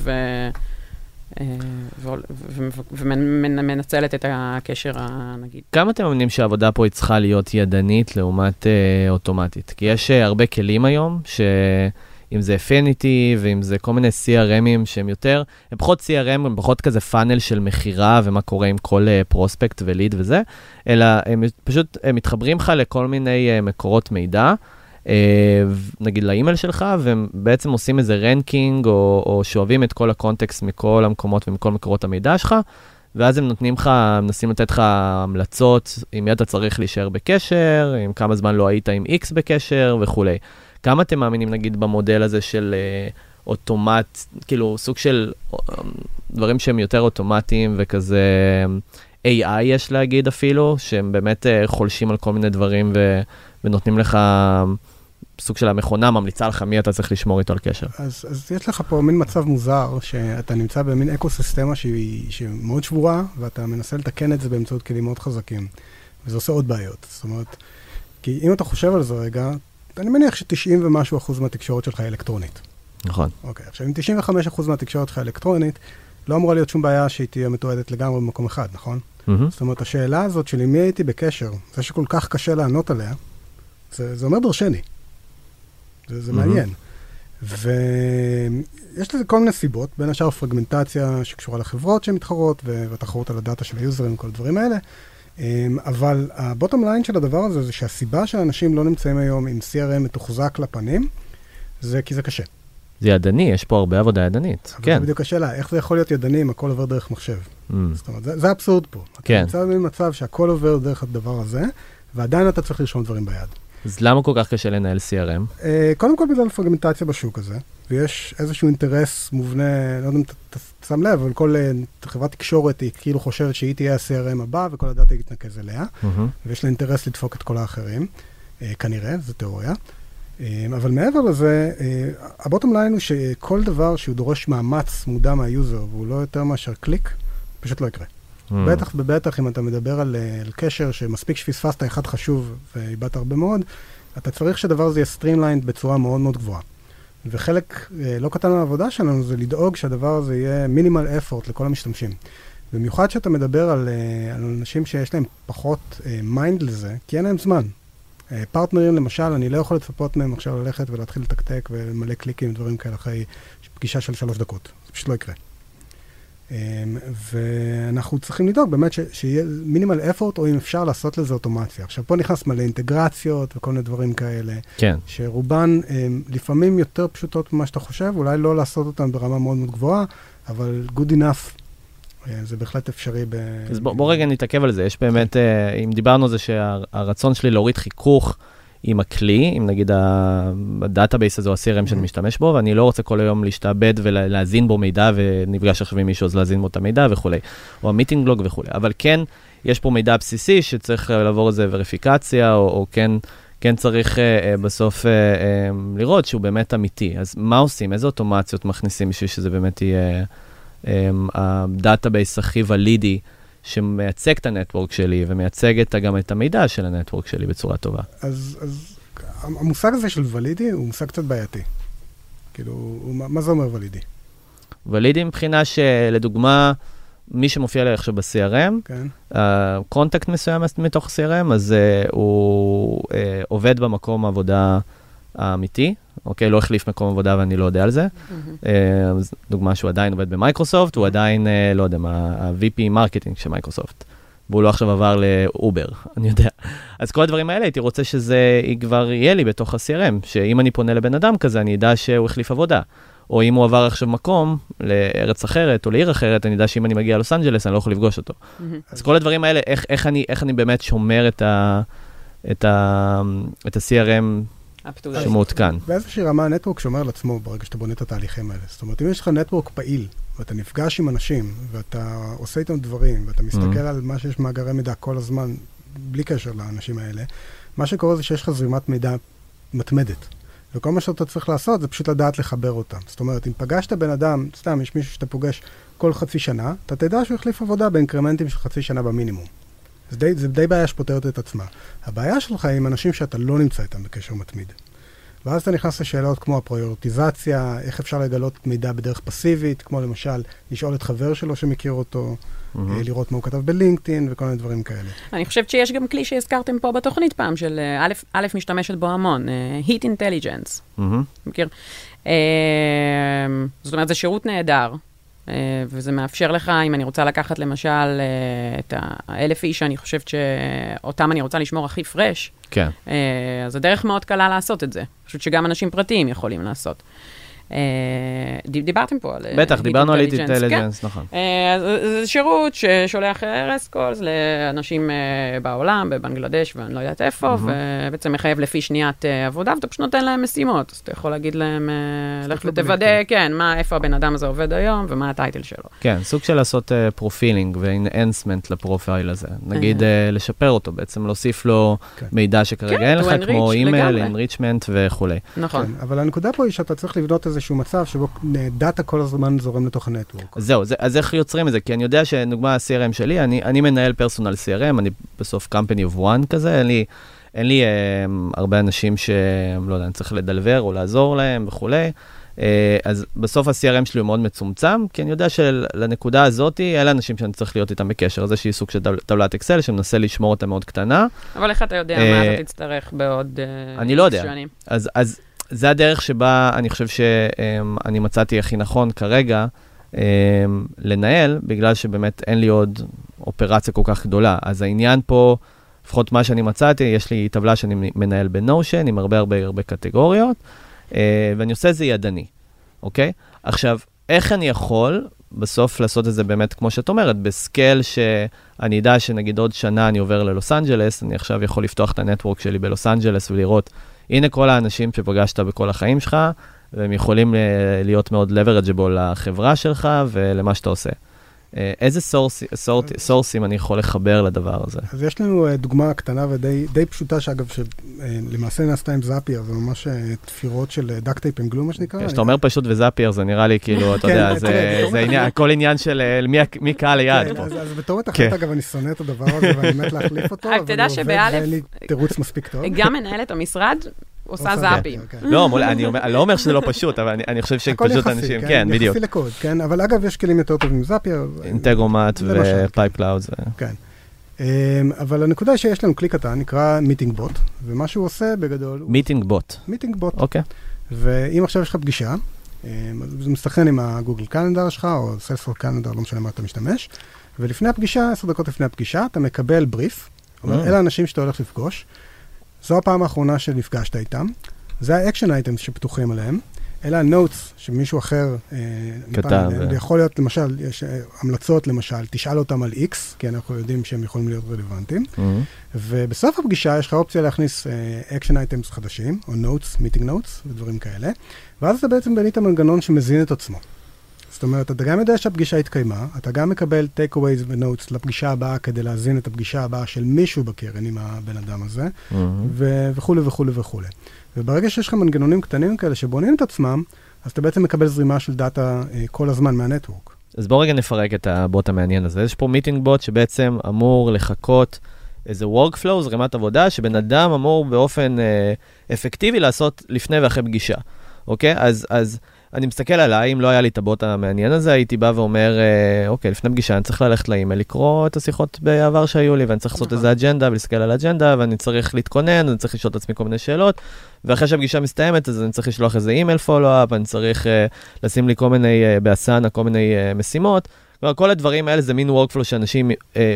ומנצלת את הקשר, נגיד. כמה אתם מאמינים שהעבודה פה היא צריכה להיות ידנית לעומת אוטומטית? כי יש הרבה כלים היום, אם זה Affinity, ואם זה כל מיני CRMים שהם יותר, הם פחות CRM, הם פחות כזה פאנל של מחירה, ומה קורה עם כל פרוספקט וליד וזה, אלא הם פשוט הם מתחברים לך לכל מיני מקורות מידע, נגיד לאימייל שלך, והם בעצם עושים איזה רנקינג, או שואבים את כל הקונטקסט מכל המקומות ומכל מקורות המידע שלך, ואז הם נותנים לך, מנסים לתת לך המלצות, עם מי אתה צריך להישאר בקשר, עם כמה זמן לא היית עם X בקשר וכו'. כמה אתם מאמינים, נגיד, במודל הזה של אוטומט, כאילו סוג של דברים שהם יותר אוטומטיים וכזה AI יש להגיד אפילו, שהם באמת חולשים על כל מיני דברים ונותנים לך סוג של המכונה, ממליצה לך מי אתה צריך לשמור איתו על קשר. אז יש לך פה מין מצב מוזר, שאתה נמצא במין אקוסיסטמה שהיא מאוד שבורה, ואתה מנסה לתקן את זה באמצעות כלים מאוד חזקים. וזה עושה עוד בעיות. זאת אומרת, כי אם אתה חושב על זה רגע, אני מניח ש90 ומשהו אחוז מהתקשורת שלך היא אלקטרונית. נכון. אוקיי, עכשיו, אם 95% מהתקשורת שלך אלקטרונית, לא אמורה להיות שום בעיה שהיא תהיה מתועדת לגמרי במקום אחד, נכון? זאת אומרת, השאלה הזאת של מי הייתי בקשר, זה שכל כך קשה לענות עליה, זה אומר דרשני. זה מעניין. ויש לזה כל מיני סיבות, בין השאר פרגמנטציה שקשורה לחברות שהן מתחרות, והתחרות על הדאטה של היוזרים וכל הדברים האלה. אבל הבוטום ליין של הדבר הזה, זה שהסיבה שאנשים לא נמצאים היום עם CRM מתוחזק לפנים, זה כי זה קשה. זה ידני, יש פה הרבה עבודה ידנית. אבל זה בדיוק השאלה, איך זה יכול להיות ידני אם הכל עובר דרך מחשב? זאת אומרת, זה אבסורד פה. אתה נמצא במצב שהכל עובר דרך הדבר הזה, ועדיין אתה צריך לרשום דברים ביד. אז למה כל כך קשה לנהל CRM? קודם כל בגלל פרגמנטציה בשוק הזה, ויש איזשהו אינטרס מובנה, לא יודע אם אתה שם לב, אבל כל חברת תקשורת היא כאילו חושבת שהיא תהיה ה-CRM הבא, וכל הדאטה יתנקז אליה, ויש לה אינטרס לדפוק את כל האחרים, כנראה, זו תיאוריה. אבל מעבר לזה, הבוטום ליין הוא שכל דבר שהוא דורש מאמץ מודע מהיוזר, והוא לא יותר מאשר קליק, פשוט לא יקרה. בטח ובטח אם אתה מדבר על קשר שמספיק שפספסת אחד חשוב ואיבדת הרבה מאוד, אתה צריך שהדבר הזה יהיה סטרימליינד בצורה מאוד מאוד גבוהה. וחלק לא קטן מהעבודה שלנו זה לדאוג שהדבר הזה יהיה מינימל אפורט לכל המשתמשים. במיוחד שאתה מדבר על אנשים שיש להם פחות מיינד לזה, כי אין להם זמן. פרטנרים למשל, אני לא יכול לצפות מהם עכשיו ללכת ולהתחיל לתקתק ולמלא קליקים ודברים כאלה אחרי פגישה של 3 דקות. זה פשוט לא יקרה. ואנחנו צריכים לדאוג באמת שיהיה מינימל אפורט, או אם אפשר לעשות לזה אוטומציה. עכשיו, פה נכנס מלא אינטגרציות וכל מיני דברים כאלה, כן. שרובן לפעמים יותר פשוטות ממה שאתה חושב, אולי לא לעשות אותן ברמה מאוד מאוד גבוהה, אבל good enough, זה בהחלט אפשרי. אז בוא רגע נתעכב על זה. יש באמת, אם דיברנו על זה שהרצון שלי להוריד חיכוך עם הכלי, אם נגיד הדאטאבייס הזה או ה-CRM שאני משתמש בו, ואני לא רוצה כל היום להשתעבד ולהזין בו מידע, ונפגש עכשיו עם מישהו אז להזין בו את המידע וכו'. או המיטינג בלוג וכו'. אבל כן, יש פה מידע בסיסי שצריך לעבור איזה וריפיקציה, או כן צריך בסוף לראות שהוא באמת אמיתי. אז מה עושים? איזה אוטומציות מכניסים בשביל שזה באמת יהיה הדאטאבייס הכי ולידי, שמייצג את הנטוורק שלי, ומייצג גם את המידע של הנטוורק שלי בצורה טובה. אז המושג הזה של ולידי הוא מושג קצת בעייתי. כאילו, מה זה אומר ולידי? ולידי מבחינה שלדוגמה, מי שמופיע לי עכשיו ב-CRM, קונטקט מסוים מתוך CRM, אז הוא עובד במקום העבודה האמיתי, אוקיי? לא החליף מקום עבודה ואני לא יודע על זה. דוגמה שהוא עדיין עובד במייקרוסופט, הוא עדיין, לא יודע מה, ה-VP מרקטינג של מייקרוסופט. והוא לא עכשיו עבר לאובר, אני יודע. אז כל הדברים האלה, הייתי רוצה שזה כבר יהיה לי בתוך ה-CRM, שאם אני פונה לבן אדם כזה, אני אדע שהוא החליף עבודה. או אם הוא עבר עכשיו מקום לארץ אחרת או לעיר אחרת, אני יודע שאם אני מגיע ללוס אנג'לס, אני לא יכול לפגוש אותו. אז כל הדברים האלה, איך אני באמת שומר את ה-CRM שמעודכן. באיזושהי רמה הנטוורק שומר לעצמו ברגע שאתה בונה את התהליכים האלה. זאת אומרת, אם יש לך נטוורק פעיל, ואתה נפגש עם אנשים, ואתה עושה איתם דברים, ואתה מסתכל על מה שיש מאגרי מידע כל הזמן, בלי קשר לאנשים האלה, מה שקורה זה שיש לך זרימת מידע מתמדת. וכל מה שאתה צריך לעשות זה פשוט לדעת לחבר אותם. זאת אומרת, אם פגשת בן אדם, סתם, יש מישהו שאתה פוגש כל חצי שנה, אתה תדע שהוא החליף עבודה באינקרמנטים של חצי שנה במינימום. זה די בעיה שפותרת את עצמה. הבעיה שלך היא עם אנשים שאתה לא נמצא איתם בקשר מתמיד. ואז אתה נכנס לשאלות כמו הפריורטיזציה, איך אפשר לגלות מידע בדרך פסיבית, כמו למשל לשאול את חבר שלו שמכיר אותו, לראות מה הוא כתב בלינקדאין וכל מיני דברים כאלה. אני חושבת שיש גם כלי שהזכרתם פה בתוכנית פעם, של א' משתמשת בו המון, Heat Intelligence. מכיר? זאת אומרת, זה שירות נהדר, וזה מאפשר לך, אם אני רוצה לקחת למשל את 1,000 איש שאני חושבת שאותם אני רוצה לשמור הכי פרש, כן. אז זה דרך מאוד קלה לעשות את זה. פשוט שגם אנשים פרטיים יכולים לעשות. דיברתם פה על... בטח, דיברנו על Heat Intelligence, נכון. זה שירות ששולח רסקולס לאנשים בעולם, בבנגלדש, ואני לא יודעת איפה, ובעצם מחייב לפי שניית עבודה, ואתה פשוט נותן להם משימות. אז אתה יכול להגיד להם, לך ותוודא, כן, איפה הבן אדם הזה עובד היום, ומה הטייטל שלו. כן, סוג של לעשות פרופילינג ו-enhancement לפרופיל הזה. נגיד, לשפר אותו, בעצם להוסיף לו מידע שכרגע אין לך, כמו אימייל, enrichment וכו'. נכון. אבל הנקודה פה היא שאתה צריך לבנות איזשהו מצב שבו דאטה כל הזמן זורם לתוך הנטוורק. זהו, אז איך יוצרים את זה? כי אני יודע שנוגמה ה-CRM שלי, אני מנהל פרסונל CRM, אני בסוף company of one כזה, אין לי הרבה אנשים שלא יודע, אני צריך לדלבר או לעזור להם וכו'. אז בסוף ה-CRM שלי הוא מאוד מצומצם, כי אני יודע שלנקודה הזאת, אלה אנשים שאני צריך להיות איתם בקשר. זה שהיא סוג של טבלת אקסל, שמנסה לשמור אותה מאוד קטנה. אבל איך אתה יודע מה אתה תצטרך בעוד אני לא יודע. אז זה הדרך שבה אני חושב שאני מצאתי הכי נכון כרגע לנהל, בגלל שבאמת אין לי עוד אופרציה כל כך גדולה. אז העניין פה, לפחות מה שאני מצאתי, יש לי טבלה שאני מנהל בנושן, עם הרבה קטגוריות, ואני עושה את זה ידני, אוקיי? עכשיו, איך אני יכול בסוף לעשות את זה באמת, כמו שאת אומרת, בסקייל שאני יודע שנגיד עוד שנה אני עובר ללוס אנג'לס, אני עכשיו יכול לפתוח את הנטוורק שלי בלוס אנג'לס ולראות, הנה כל האנשים שפגשת בכל החיים שלך, והם יכולים להיות מאוד leverageable לחברה שלך ולמה שאתה עושה. איזה סורסים אני יכול לחבר לדבר הזה? אז יש לנו דוגמה קטנה ודי פשוטה, שאגב, שלמעשה נעשתה עם זאפייר, זה ממש תפירות של דאקטייפ עם גלום, מה שנקרא. כשאתה אומר פשוט וזאפייר, זה נראה לי כאילו, אתה יודע, זה הכל עניין של מי קהל ליד פה. אז בתור מתחת, אגב, אני שונא את הדבר הזה, ואני מת להחליף אותו, אבל הוא עובד ואין לי תירוץ מספיק טוב. גם מנהלת המשרד עושה זאפים. לא, אני לא אומר שזה לא פשוט, אבל אני חושב שפשוט אנשים, כן, בדיוק. יחסי לקוד, כן, אבל אגב, יש כלים יותר טובים זאפייר. אינטגרומט ופייפקלאוד. כן. אבל הנקודה היא שיש לנו כלי קטן, נקרא מיטינג בוט, ומה שהוא עושה בגדול... מיטינג בוט. מיטינג בוט. אוקיי. ואם עכשיו יש לך פגישה, זה מסתכן עם הגוגל קלנדר שלך, או סיילספורס קלנדר, לא משנה מה אתה משתמש, ולפני הפגישה, 10 דקות לפני הפגישה, אתה מקבל בריף, אלה האנשים שאתה הולך לפגוש, זו הפעם האחרונה שנפגשת איתם, זה האקשן אייטמס שפתוחים עליהם, אלה הנוטס שמישהו אחר כתב. יכול להיות, למשל, יש המלצות, למשל, תשאל אותם על X, כי אנחנו יודעים שהם יכולים להיות רלוונטיים, ובסוף הפגישה יש לך אופציה להכניס אקשן אייטמס חדשים, או נוטס, מיטינג נוטס, ודברים כאלה, ואז אתה בעצם בנית המנגנון שמזין את עצמו. זאת אומרת, אתה גם יודע שהפגישה התקיימה, אתה גם מקבל take-aways ו-notes לפגישה הבאה, כדי להזין את הפגישה הבאה של מישהו בקרן עם הבן אדם הזה, וכו' וכו' וכו'. וברגע שיש לך מנגנונים קטנים כאלה שבונים את עצמם, אז אתה בעצם מקבל זרימה של דאטה כל הזמן מהנטוורק. אז בואו רגע נפרק את הבוט המעניין הזה. יש פה מיטינג בוט שבעצם אמור לחכות איזה workflow, זרימת עבודה, שבן אדם אמור באופן אפקטיבי לעשות לפני ואחרי פגישה. אוקיי? אז אני מסתכל עליי, אם לא היה לי את הבוט המעניין הזה, הייתי בא ואומר, אוקיי, לפני פגישה אני צריך ללכת לאימייל, לקרוא את השיחות בעבר שהיו לי, ואני צריך לעשות איזה אג'נדה, ולהסתכל על האג'נדה, ואני צריך להתכונן, אני צריך לשאול את עצמי כל מיני שאלות, ואחרי שהפגישה מסתיימת, אז אני צריך לשלוח איזה אימייל פולו-אפ, אני צריך לשים לי כל מיני, באסנה, כל מיני משימות. כל הדברים האלה זה מין workflow שאנשים,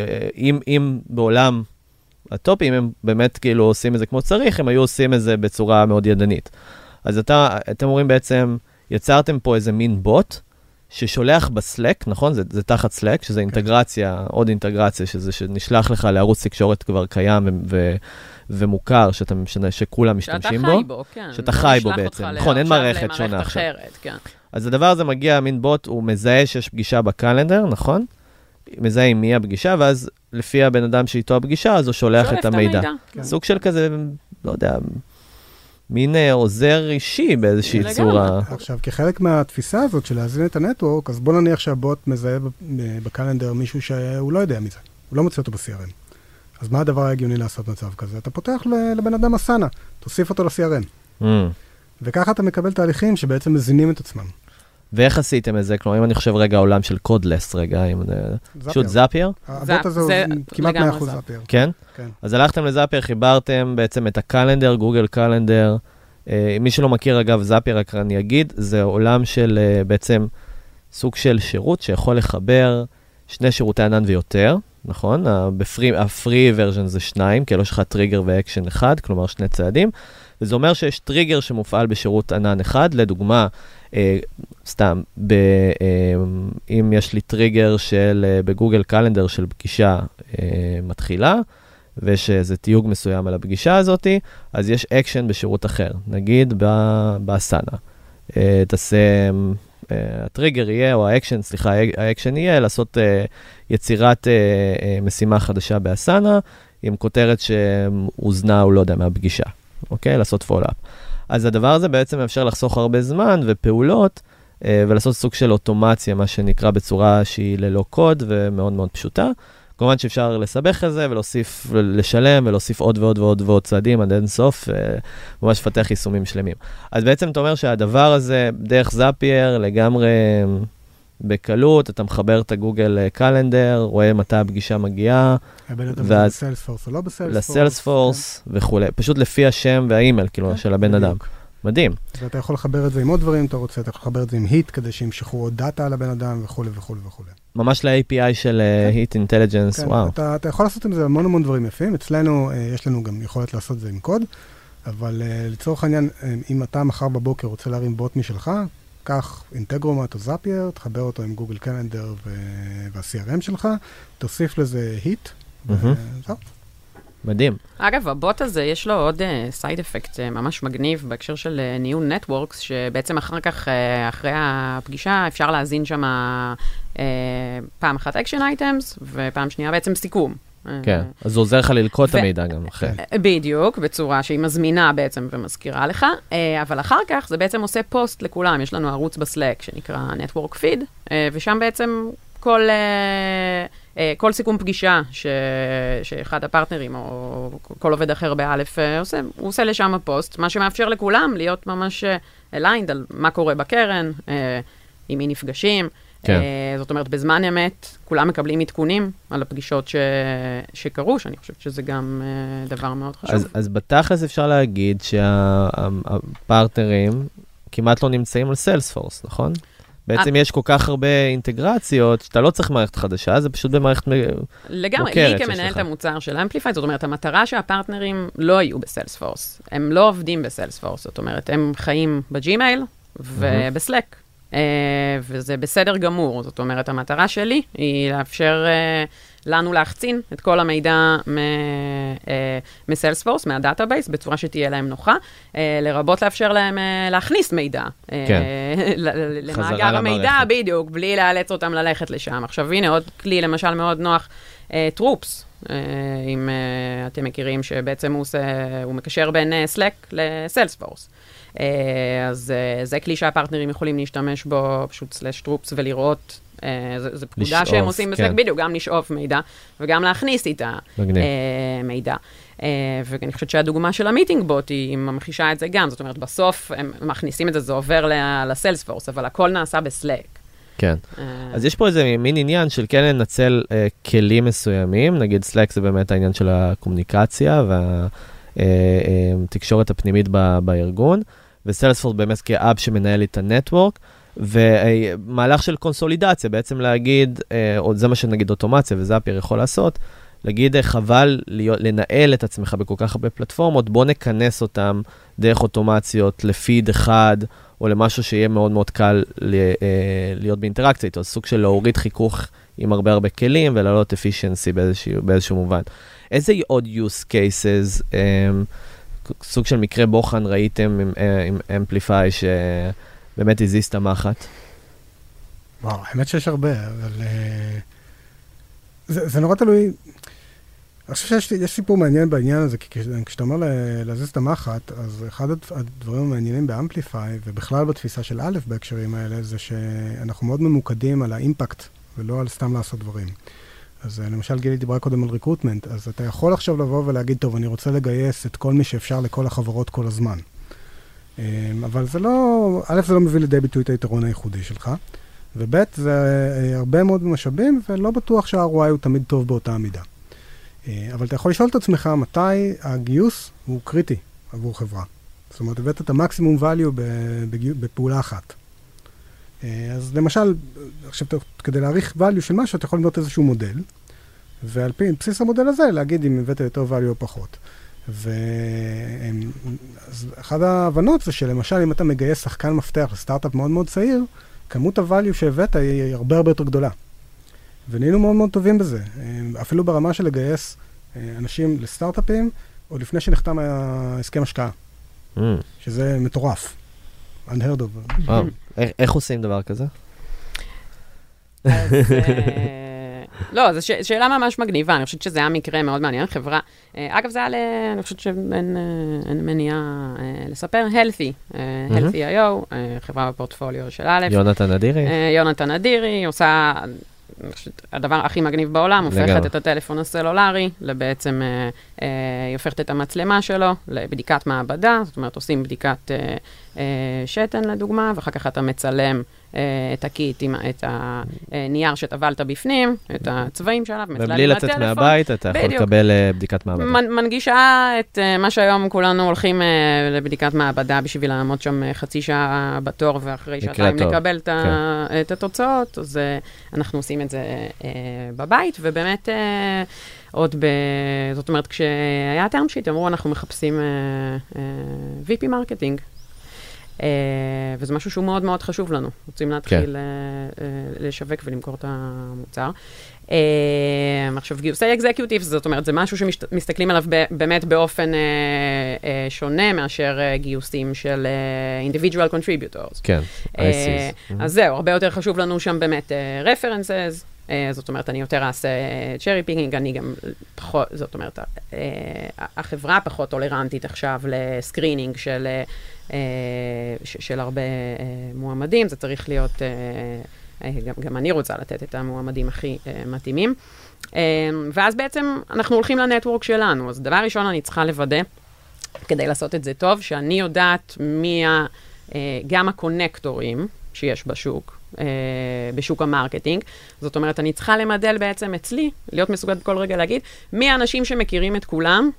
אם בעולם הטופים, הם באמת כאילו עושים את זה כמו צריך, הם היו עושים את זה בצורה מאוד ידנית. אז אתם אומרים בעצם, יצרתם פה איזה מין בוט, ששולח בסלק, נכון? זה תחת סלק, שזה אינטגרציה, עוד אינטגרציה, שזה שנשלח לך לערוץ תקשורת כבר קיים ומוכר, שכולם משתמשים בו. שאתה חי בו, כן. שאתה חי בו בעצם. נכון, אין מערכת שונה עכשיו. אז הדבר הזה מגיע, מין בוט, הוא מזהה שיש פגישה בקלנדר, נכון? מזהה עם מי הפגישה, ואז לפי הבן אדם שאיתו הפגישה, אז הוא שולח את המידע. סוג של כזה, לא יודע, מין עוזר אישי באיזושהי צורה. עכשיו, כחלק מהתפיסה הזאת של להזין את הנטוורק, אז בוא נניח שהבוט מזהה בקלנדר מישהו שהוא לא יודע מזה, הוא לא מוצא אותו ב-CRM. אז מה הדבר ההגיוני לעשות מצב כזה? אתה פותח לבן אדם אסנה, תוסיף אותו ל-CRM. וככה אתה מקבל תהליכים שבעצם מזינים את עצמם. ואיך עשיתם את זה? כלומר, אם אני חושב רגע עולם של קודלס, רגע, פשוט זאפייר? הבוט הזה הוא כמעט 100% זאפייר. כן? כן. אז הלכתם לזאפייר, חיברתם בעצם את הקלנדר, גוגל קלנדר. מי שלא מכיר, אגב, זאפייר, רק אני אגיד, זה עולם של בעצם סוג של שירות שיכול לחבר שני שירותי ענן ויותר, נכון? הפרי ורז'ן זה 2, כי לא יש לך טריגר ואקשן אחד, כלומר 2 צעדים. וזה אומר שיש טריגר שמופעל בשירות ענן אחד, לדוגמה, סתם, אם יש לי טריגר בגוגל קלנדר של פגישה מתחילה, ויש איזה תיוג מסוים על הפגישה הזאת, אז יש אקשן בשירות אחר, נגיד באסנה. תעשה, הטריגר יהיה, או האקשן, סליחה, האקשן יהיה לעשות יצירת משימה חדשה באסנה, עם כותרת שהוזנה או לא יודע מהפגישה. אוקיי? לעשות פולאפ. אז הדבר הזה בעצם מאפשר לחסוך הרבה זמן ופעולות, ולעשות סוג של אוטומציה, מה שנקרא בצורה שהיא ללא קוד ומאוד מאוד פשוטה. כמובן שאפשר לסבך את זה ולהוסיף, לשלם ולהוסיף עוד ועוד ועוד ועוד צעדים עד אין סוף, ממש פתח יישומים שלמים. אז בעצם אתה אומר שהדבר הזה, דרך זאפייר, לגמרי בקלות, אתה מחבר את הגוגל קלנדר, רואה מתי הפגישה מגיעה, ואז לסיילספורס או לא בסיילספורס. לסיילספורס וכו'. פשוט לפי השם והאימייל, כאילו, של הבן אדם. מדהים. ואתה יכול לחבר את זה עם עוד דברים, אתה רוצה, אתה יכול לחבר את זה עם היט, כדי שימשכו עוד דאטה על הבן אדם וכו' וכו' וכו'. ממש ל-API של היט אינטליג'נס, וואו. אתה יכול לעשות עם זה המון המון דברים יפים. אצלנו, יש לנו גם יכולת לעשות את זה עם קוד, אבל לצורך העניין, אם אתה מחר בבוקר רוצה להרים בוט משלך, קח אינטגרומט או זאפייר, תחבר אותו עם גוגל קלנדר וה-CRM שלך, תוסיף לזה היט, וזהו. מדהים. אגב, הבוט הזה יש לו עוד סייד אפקט ממש מגניב בהקשר של ניהול נטוורקס, שבעצם אחר כך, אחרי הפגישה, אפשר להזין שם פעם אחת אקשן אייטמס, ופעם שנייה בעצם סיכום. כן, אז זה עוזר לך ללקוט את המידע גם אחרי. בדיוק, בצורה שהיא מזמינה בעצם ומזכירה לך, אבל אחר כך זה בעצם עושה פוסט לכולם. יש לנו ערוץ בסלק שנקרא Network Feed, ושם בעצם כל סיכום פגישה שאחד הפרטנרים או כל עובד אחר באלף עושה, הוא עושה לשם הפוסט, מה שמאפשר לכולם להיות ממש aligned על מה קורה בקרן, עם מי נפגשים. כן. זאת אומרת, בזמן אמת, כולם מקבלים עדכונים על הפגישות שקרו, שאני חושבת שזה גם דבר מאוד חשוב. אז בתכלס אפשר להגיד שהפרטנרים כמעט לא נמצאים על סיילספורס, נכון? בעצם יש כל כך הרבה אינטגרציות, שאתה לא צריך מערכת חדשה, זה פשוט במערכת מוכרת. לגמרי, לי כמנהלת המוצר של אמפליפיי, זאת אומרת, המטרה שהפרטנרים לא היו בסיילספורס. הם לא עובדים בסיילספורס, זאת אומרת, הם חיים בג'ימייל ובסלק. וזה בסדר גמור, זאת אומרת, המטרה שלי היא לאפשר לנו להחצין את כל המידע מסיילספורס, מהדאטאבייס, בצורה שתהיה להם נוחה, לרבות לאפשר להם להכניס מידע למאגר המידע, בדיוק, בלי לאלץ אותם ללכת לשם. עכשיו, הנה עוד כלי, למשל, מאוד נוח, טרופס, אם אתם מכירים שבעצם הוא מקשר בין סלק לסיילספורס. אז זה כלי שהפרטנרים יכולים להשתמש בו, פשוט סלש טרופס ולראות, זה פקודה שהם עושים בסלק בדיוק, גם לשאוף מידע וגם להכניס איתה מידע. ואני חושבת שהדוגמה של המיטינג בוט היא ממחישה את זה גם, זאת אומרת, בסוף הם מכניסים את זה, זה עובר לסיילספורס, אבל הכל נעשה בסלאק. כן. אז יש פה איזה מין עניין של כן לנצל כלים מסוימים, נגיד סלאק זה באמת העניין של הקומוניקציה והתקשורת הפנימית בארגון, וסיילספורס באמת כאב שמנהל את הנטוורק, ומהלך של קונסולידציה, בעצם להגיד, או זה מה שנגיד אוטומציה, וזאפיר יכול לעשות, להגיד חבל לנהל את עצמך בכל כך הרבה פלטפורמות, בוא נכנס אותם דרך אוטומציות לפיד אחד, או למשהו שיהיה מאוד מאוד קל להיות באינטראקציה איתו, סוג של להוריד חיכוך עם הרבה כלים, ולעלות efficiency באיזשהו מובן. איזה עוד use cases, סוג של מקרה בוחן ראיתם עם Amplify, שבאמת הזיז את המחט? וואו, האמת שיש הרבה, אבל זה נורא תלוי. אני חושב שיש סיפור מעניין בעניין הזה, כי כשאתה אומר להזיז את המחט, אז אחד הדברים המעניינים באמפליפיי, ובכלל בתפיסה של א' בהקשרים האלה, זה שאנחנו מאוד ממוקדים על האימפקט, ולא על סתם לעשות דברים. אז למשל גילי דיברה קודם על ריקרוטמנט, אז אתה יכול עכשיו לבוא ולהגיד, טוב, אני רוצה לגייס את כל מי שאפשר לכל החברות כל הזמן. אבל זה לא, א' זה לא מביא לידי ביטוי את היתרון הייחודי שלך, וב' זה הרבה מאוד משאבים, ולא בטוח שה-ROI הוא תמיד טוב באותה המידה. אבל אתה יכול לשאול את עצמך מתי הגיוס הוא קריטי עבור חברה. זאת אומרת, הבאת את המקסימום value בפעולה אחת. אז למשל, עכשיו כדי להעריך value של משהו, אתה יכול לבנות איזשהו מודל, ועל פי בסיס המודל הזה, להגיד אם הבאת יותר value או פחות. ואחת ההבנות זה שלמשל, אם אתה מגייס שחקן מפתח לסטארט-אפ מאוד מאוד צעיר, כמות ה-value שהבאת היא הרבה יותר גדולה. ונהיינו מאוד מאוד טובים בזה. אפילו ברמה של לגייס אנשים לסטארט-אפים, או לפני שנחתם ההסכם השקעה. שזה מטורף. unheard of. איך עושים דבר כזה? לא, זו שאלה ממש מגניבה. אני חושבת שזה היה מקרה מאוד מעניין. חברה, אגב, זה היה אני חושבת שאין מניעה לספר. Healthy.io, חברה בפורטפוליו של א'. יונתן אדירי. יונתן אדירי, עושה הדבר הכי מגניב בעולם, הופכת את הטלפון הסלולרי, לבעצם היא הופכת את המצלמה שלו לבדיקת מעבדה, זאת אומרת, עושים בדיקת שתן לדוגמה, ואחר כך אתה מצלם את הקיט, את הנייר שטבלת בפנים, את הצבעים שלב, מצלם ובלי לצאת מהבית, אתה יכול לקבל בדיקת מעבדה. מנגישה את מה שהיום כולנו הולכים לבדיקת מעבדה, בשביל לעמוד שם חצי שעה בתור, ואחרי שעתיים לקבל את התוצאות, אז אנחנו עושים את זה בבית, ובאמת עוד זאת אומרת, כשהיה term sheet, אמרו, אנחנו מחפשים VP מרקטינג, וזה משהו שהוא מאוד מאוד חשוב לנו. רוצים להתחיל לשווק ולמכור את המוצר. עכשיו, גיוסי אקזקיוטיב, זאת אומרת, זה משהו שמסתכלים עליו באמת באופן שונה מאשר גיוסים של individual contributors. כן, אז זהו, הרבה יותר חשוב לנו שם באמת references, זאת אומרת, אני יותר אעשה cherry picking, אני גם פחות, זאת אומרת, החברה פחות טולרנטית עכשיו לסקרינינג של הרבה מועמדים, זה צריך להיות, גם אני רוצה לתת את המועמדים הכי מתאימים. ואז בעצם אנחנו הולכים לנטוורק שלנו, אז דבר ראשון אני צריכה לוודא, כדי לעשות את זה טוב, שאני יודעת מי גם הקונקטורים שיש בשוק, בשוק המרקטינג. זאת אומרת, אני צריכה למדל בעצם אצלי, להיות מסוגלת בכל רגע להגיד, מי האנשים שמכירים את כולם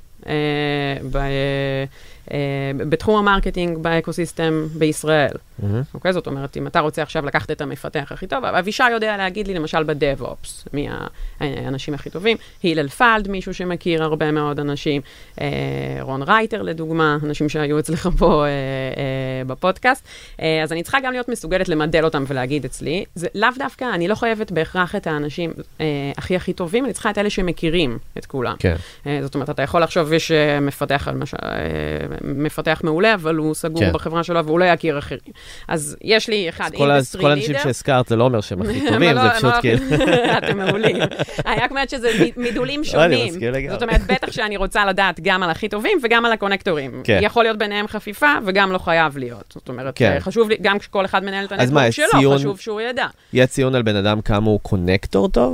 בתחום המרקטינג, באקוסיסטם בישראל. אוקיי? זאת אומרת, אם אתה רוצה עכשיו לקחת את המפתח הכי טוב, אבישי יודע להגיד לי, למשל, בדב-אופס, מי האנשים הכי טובים, הילל פלד, מישהו שמכיר הרבה מאוד אנשים, רון רייטר, לדוגמה, אנשים שהיו אצלך פה בפודקאסט. אז אני צריכה גם להיות מסוגלת למדל אותם ולהגיד אצלי. זה לאו דווקא, אני לא חייבת בהכרח את האנשים הכי טובים, אני צריכה את אלה שמכירים את כולם. זאת אומרת, אתה יכול לחשוב, יש מפתח, מפתח מעולה, אבל הוא סגור בחברה שלו, והוא לא יכיר אחרים. אז יש לי אחד אינדסטרי לידר. כל האנשים שהזכרת, זה לא אומר שהם הכי טובים, זה פשוט כאילו. אתם מעולים. היה כמו שזה מידולים שונים. זאת אומרת, בטח שאני רוצה לדעת גם על הכי טובים וגם על הקונקטורים. יכול להיות ביניהם חפיפה, וגם לא חייב להיות. זאת אומרת, חשוב לי, גם כשכל אחד מנהל את הנטוורק שלו, חשוב שהוא ידע. יהיה ציון על בן אדם כמה הוא קונקטור טוב?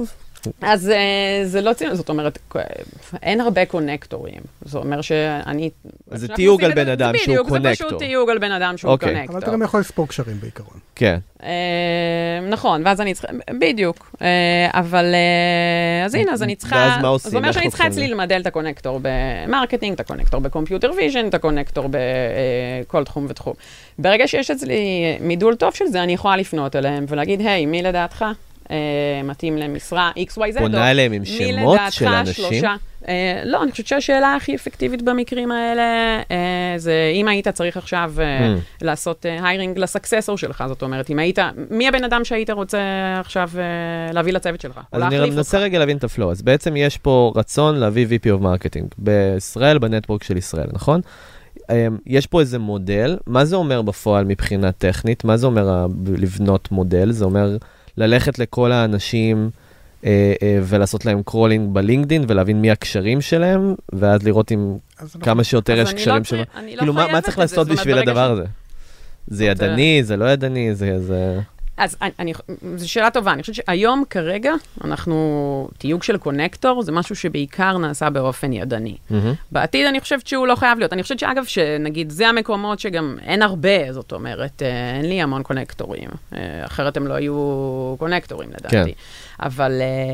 אז זה לא ציון, זאת אומרת, אין הרבה קונקטורים. זאת אומרת שאני... זה תיוג על בן אדם שהוא קונקטור. בדיוק, זה פשוט תיוג על בן אדם שהוא קונקטור. אבל אתה גם יכול לספור קשרים בעיקרון. כן. נכון, ואז אני צריכה, בדיוק. אבל, אז הנה, אז אני צריכה... ואז מה עושים? זאת אומרת שאני צריכה אצלי למדל את הקונקטור במרקטינג, את הקונקטור בקומפיוטר ויז'ן, את הקונקטור בכל תחום ותחום. ברגע שיש אצלי מידול טוב של זה, אני יכולה לפנות אליהם ולהגיד, היי, מי לדעתך? מתאים למשרה XYZ. פונה אליהם עם שמות של אנשים? לא, אני חושבת שהשאלה הכי אפקטיבית במקרים האלה, זה אם היית צריך עכשיו לעשות היירינג לסקססור שלך, זאת אומרת, אם היית, מי הבן אדם שהיית רוצה עכשיו להביא לצוות שלך? אז אני מנסה רגע להבין את הפלואו, אז בעצם יש פה רצון להביא VP of Marketing בישראל, בנטוורק של ישראל, נכון? יש פה איזה מודל, מה זה אומר בפועל מבחינה טכנית? מה זה אומר לבנות מודל? זה אומר ללכת לכל האנשים ולעשות להם קרולינג בלינקדין ולהבין מי הקשרים שלהם, ואז לראות אם כמה שיותר יש קשרים שלהם. כאילו, מה צריך לעשות בשביל הדבר הזה? זה ידני, זה לא ידני, זה... אז זו שאלה טובה, אני חושבת שהיום כרגע אנחנו, תיוג של קונקטור, זה משהו שבעיקר נעשה באופן ידני. בעתיד אני חושבת שהוא לא חייב להיות. אני חושבת שאגב, שנגיד, זה המקומות שגם אין הרבה, זאת אומרת, אין לי המון קונקטורים. אחרת הם לא היו קונקטורים לדעתי. אבל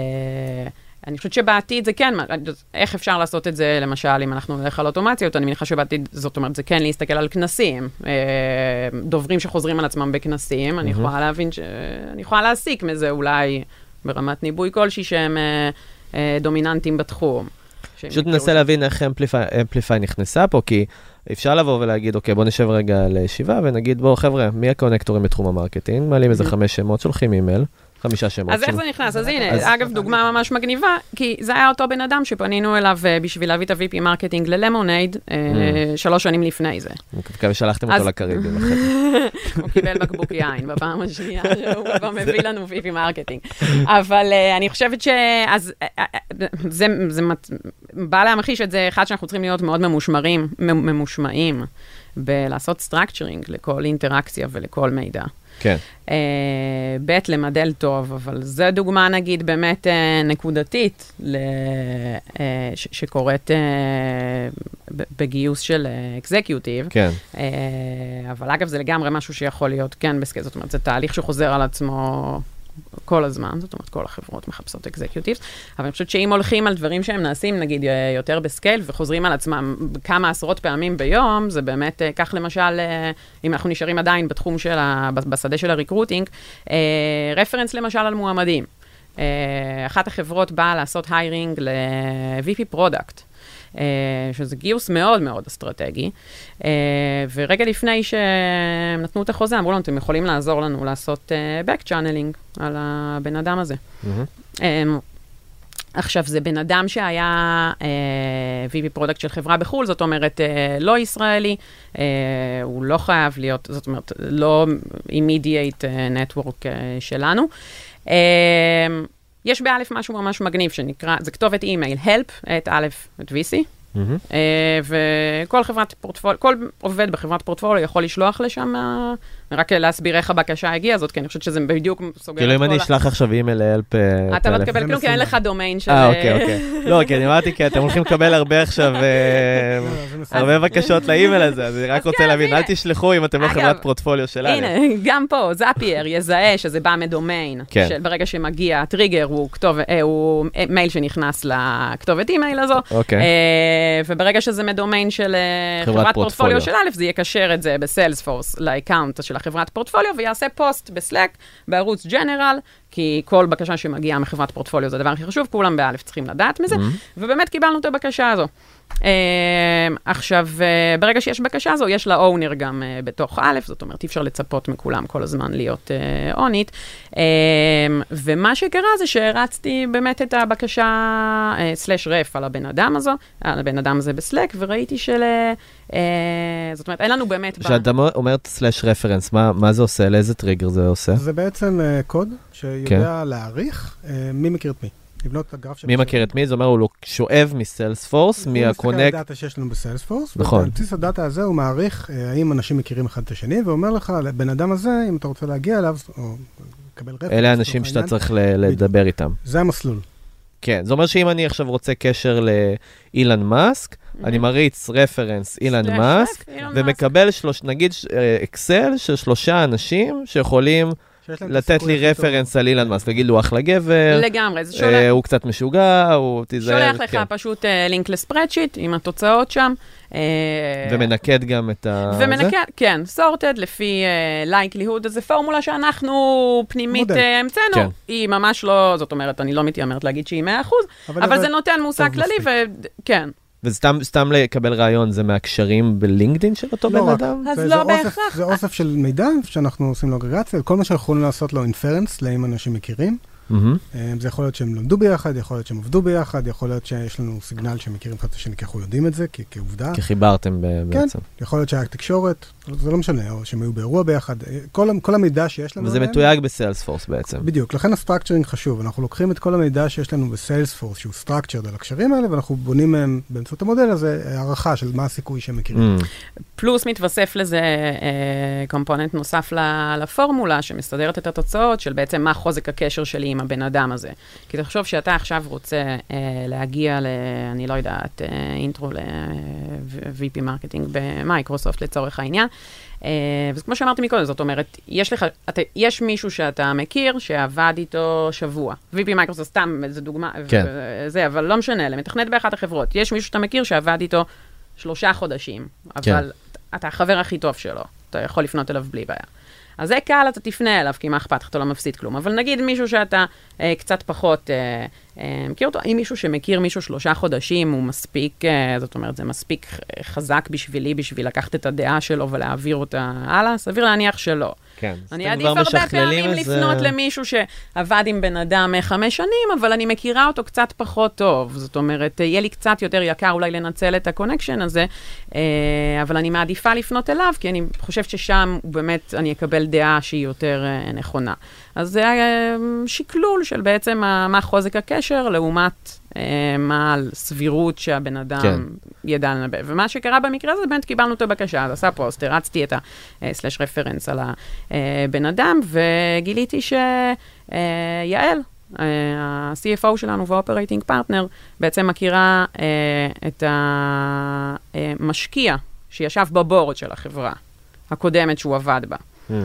אני חושבת שבעתיד זה כן, איך אפשר לעשות את זה, למשל, אם אנחנו נלך על אוטומציות, אני מניחה שבעתיד, זאת אומרת, זה כן להסתכל על כנסים, דוברים שחוזרים על עצמם בכנסים, אני יכולה להבין אני יכולה להסיק מזה אולי ברמת ניבוי כלשהי שהם דומיננטים בתחום. פשוט ננסה להבין איך אמפליפיי נכנסה פה, כי אפשר לבוא ולהגיד, אוקיי, בוא נשב רגע לישיבה, ונגיד, בוא חבר'ה, מי הקונקטורים בתחום המרקטינג? מעלים איזה 5 שמות, שולחים אימייל. 5 שמות. אז איך זה נכנס? אז הנה, אגב, דוגמה ממש מגניבה, כי זה היה אותו בן אדם שפנינו אליו בשביל להביא את ה-VP מרקטינג ללמונייד 3 שנים לפני זה. מקווה שלחתם אותו לקריבים. הוא קיבל בקבוק יין בפעם השנייה, שהוא כבר מביא לנו VP מרקטינג. אבל אני חושבת זה בא להמחיש את זה, אחד שאנחנו צריכים להיות מאוד ממושמעים, בלעשות סטרקצ'רינג לכל אינטראקציה ולכל מידע. כן. בית למדל טוב, אבל זו דוגמה נגיד באמת נקודתית שקורית בגיוס של אקזקיוטיב. כן. אבל אגב זה לגמרי משהו שיכול להיות כן בסקייל, זאת אומרת זה תהליך שחוזר על עצמו כל הזמן, זאת אומרת כל החברות מחפשות אקזקיוטיבס, אבל אני חושבת שאם הולכים על דברים שהם נעשים נגיד יותר בסקייל וחוזרים על עצמם כמה עשרות פעמים ביום, זה באמת, כך למשל, אם אנחנו נשארים עדיין בתחום של, בשדה של הריקרוטינג, רפרנס למשל על מועמדים. אחת החברות באה לעשות היירינג ל-VP פרודקט, שזה גיוס מאוד מאוד אסטרטגי, ורגע לפני שהם נתנו את החוזה, אמרו לנו, אתם יכולים לעזור לנו לעשות back channeling על הבן אדם הזה. עכשיו, זה בן אדם שהיה VP פרודקט של חברה בחול, זאת אומרת, לא ישראלי, הוא לא חייב להיות, זאת אומרת, לא immediate network שלנו. יש באלף משהו ממש מגניב שנקרא, זה כתובת אימייל, help@VC, וכל חברת פורטפוליו, כל עובד בחברת פורטפוליו יכול לשלוח לשם, רק להסביר איך הבקשה הגיעה הזאת, כי אני חושבת שזה בדיוק סוגר את כל... כאילו אם אני אשלח עכשיו אימייל ל-help... אתה לא תקבל כלום, כי אין לך דומיין של... אוקיי. לא, כי אני אמרתי, כי אתם הולכים לקבל הרבה עכשיו, הרבה בקשות לאימייל הזה, אז אני רק רוצה להבין, אל תשלחו אם אתם לא חברת פורטפוליו של א'. הנה, גם פה, זאפייר יזהה שזה בא מדומיין, ברגע שמגיע הטריגר, הוא מייל שנכנס לכתובת אימייל הזו, וברגע שזה מדומיין של חברת פורטפוליו של א', זה יקשר את זה בסיילספורס לאקאונט של החברת פורטפוליו, ויעשה פוסט בסלק, בערוץ ג'נרל, כי כל בקשה שמגיעה מחברת פורטפוליו זה הדבר הכי חשוב, כולם באלף צריכים לדעת מזה, ובאמת קיבלנו את הבקשה הזו. עכשיו, ברגע שיש בקשה הזו, יש לה אונר גם בתוך א', זאת אומרת, אי אפשר לצפות מכולם כל הזמן להיות אונית, ומה שקרה זה שהרצתי באמת את הבקשה סלש רף על הבן אדם הזה בסלק, וראיתי זאת אומרת, אין לנו באמת... כשאתה אומרת סלש רפרנס, מה זה עושה? לאיזה טריגר זה עושה? זה בעצם קוד שיודע להעריך מי מכיר את מי. מי מכיר את מי? זה אומר, הוא שואב מסיילספורס, מהקונקט... הוא מסתכל על הדאטה שיש לנו בסיילספורס, ועל בסיס הדאטה הזה הוא מעריך האם אנשים מכירים אחד את השני, ואומר לך, לבן אדם הזה, אם אתה רוצה להגיע אליו, או לקבל רפרנס... אלה האנשים שאתה צריך לדבר איתם. זה המסלול. כן, זאת אומרת שאם אני עכשיו רוצה קשר לאילן מאסק, אני מריץ רפרנס אילן מאסק, ומקבל נגיד אקסל של 3 אנשים שיכולים לתת לי רפרנס על אילן מאסק, להגיד לו אחלה גבר, לגמרי, זה שולח. הוא קצת משוגע, הוא תיזהר. שולח לך פשוט לינק לספרדשיט עם התוצאות שם. ומנקד גם את ומנקד, כן, sorted לפי likelihood, זה פורמולה שאנחנו פנימית המצאנו. היא ממש לא, זאת אומרת, אני לא מתיימרת להגיד שהיא 100%, אבל זה נותן מושג כללי, וכן. וסתם לקבל רעיון, זה מהקשרים בלינקדין של אותו בן אדם? אז לא בהכרח. זה אוסף של מידע שאנחנו עושים לו אגרגציה, כל מה שאנחנו יכולים לעשות לו אינפרנס, לאם אנשים מכירים. זה יכול להיות שהם למדו ביחד, יכול להיות שהם עבדו ביחד, יכול להיות שיש לנו סיגנל שהם מכירים אחד את השני, כי אנחנו יודעים את זה, כעובדה. כי חיברתם בעצם. כן, יכול להיות שהיה תקשורת, זה לא משנה, או שהם היו באירוע ביחד, כל המידע שיש לנו. וזה מתויג בסיילספורס בעצם. בדיוק, לכן הסטרקצ'רינג חשוב, אנחנו לוקחים את כל המידע שיש לנו בסיילספורס, שהוא סטרקצ'רד על הקשרים האלה, ואנחנו בונים מהם באמצעות המודל הזה, הערכה של מה הסיכוי שהם מכירים. פלוס מתווסף לזה קומפוננט נוסף לפורמולה, שמסתדרת את התוצאות של בעצם מה חוזק הקשר שלי עם הבן אדם הזה. כי תחשוב שאתה עכשיו רוצה להגיע אני לא יודעת, אינטרו ל-VP מרקטינג במייקרוסופט לצורך העניין. וכמו שאמרתי מקודם, זאת אומרת, יש מישהו שאתה מכיר שעבד איתו שבוע. VP מייקרוסופט, סתם, זו דוגמה, אבל לא משנה, למתכנת באחת החברות. יש מישהו שאתה מכיר שעבד איתו 3 חודשים, אבל אתה החבר הכי טוב שלו. אתה יכול לפנות אליו בלי בעיה. אז זה קל, אתה תפנה אליו, כי מה אכפת, אתה לא מפסיד כלום. אבל נגיד מישהו שאתה קצת פחות מכיר אותו, אם מישהו שמכיר מישהו 3 חודשים, הוא מספיק, זאת אומרת, זה מספיק חזק בשביל לקחת את הדעה שלו ולהעביר אותה הלאה, סביר להניח שלא. כן. אני עדיף הרבה פעמים לפנות למישהו שעבד עם בן אדם 5 שנים, אבל אני מכירה אותו קצת פחות טוב. זאת אומרת, יהיה לי קצת יותר יקר אולי לנצל את הקונקשן הזה, אבל אני מעדיפה לפנות אליו, כי אני חושבת ששם באמת אני אקבל דעה שהיא יותר נכונה. אז זה שקלול של בעצם מה חוזק הקשר, לעומת מה הסבירות שהבן אדם ידע לנבא. ומה שקרה במקרה הזה, באמת קיבלנו את הבקשה, אז עשה פוסט, הרצתי את ה/סלש רפרנס על הבן אדם, וגיליתי שיעל, ה-CFO שלנו ו-Operating Partner, בעצם מכירה את המשקיע שישב בבורד של החברה הקודמת שהוא עבד בה.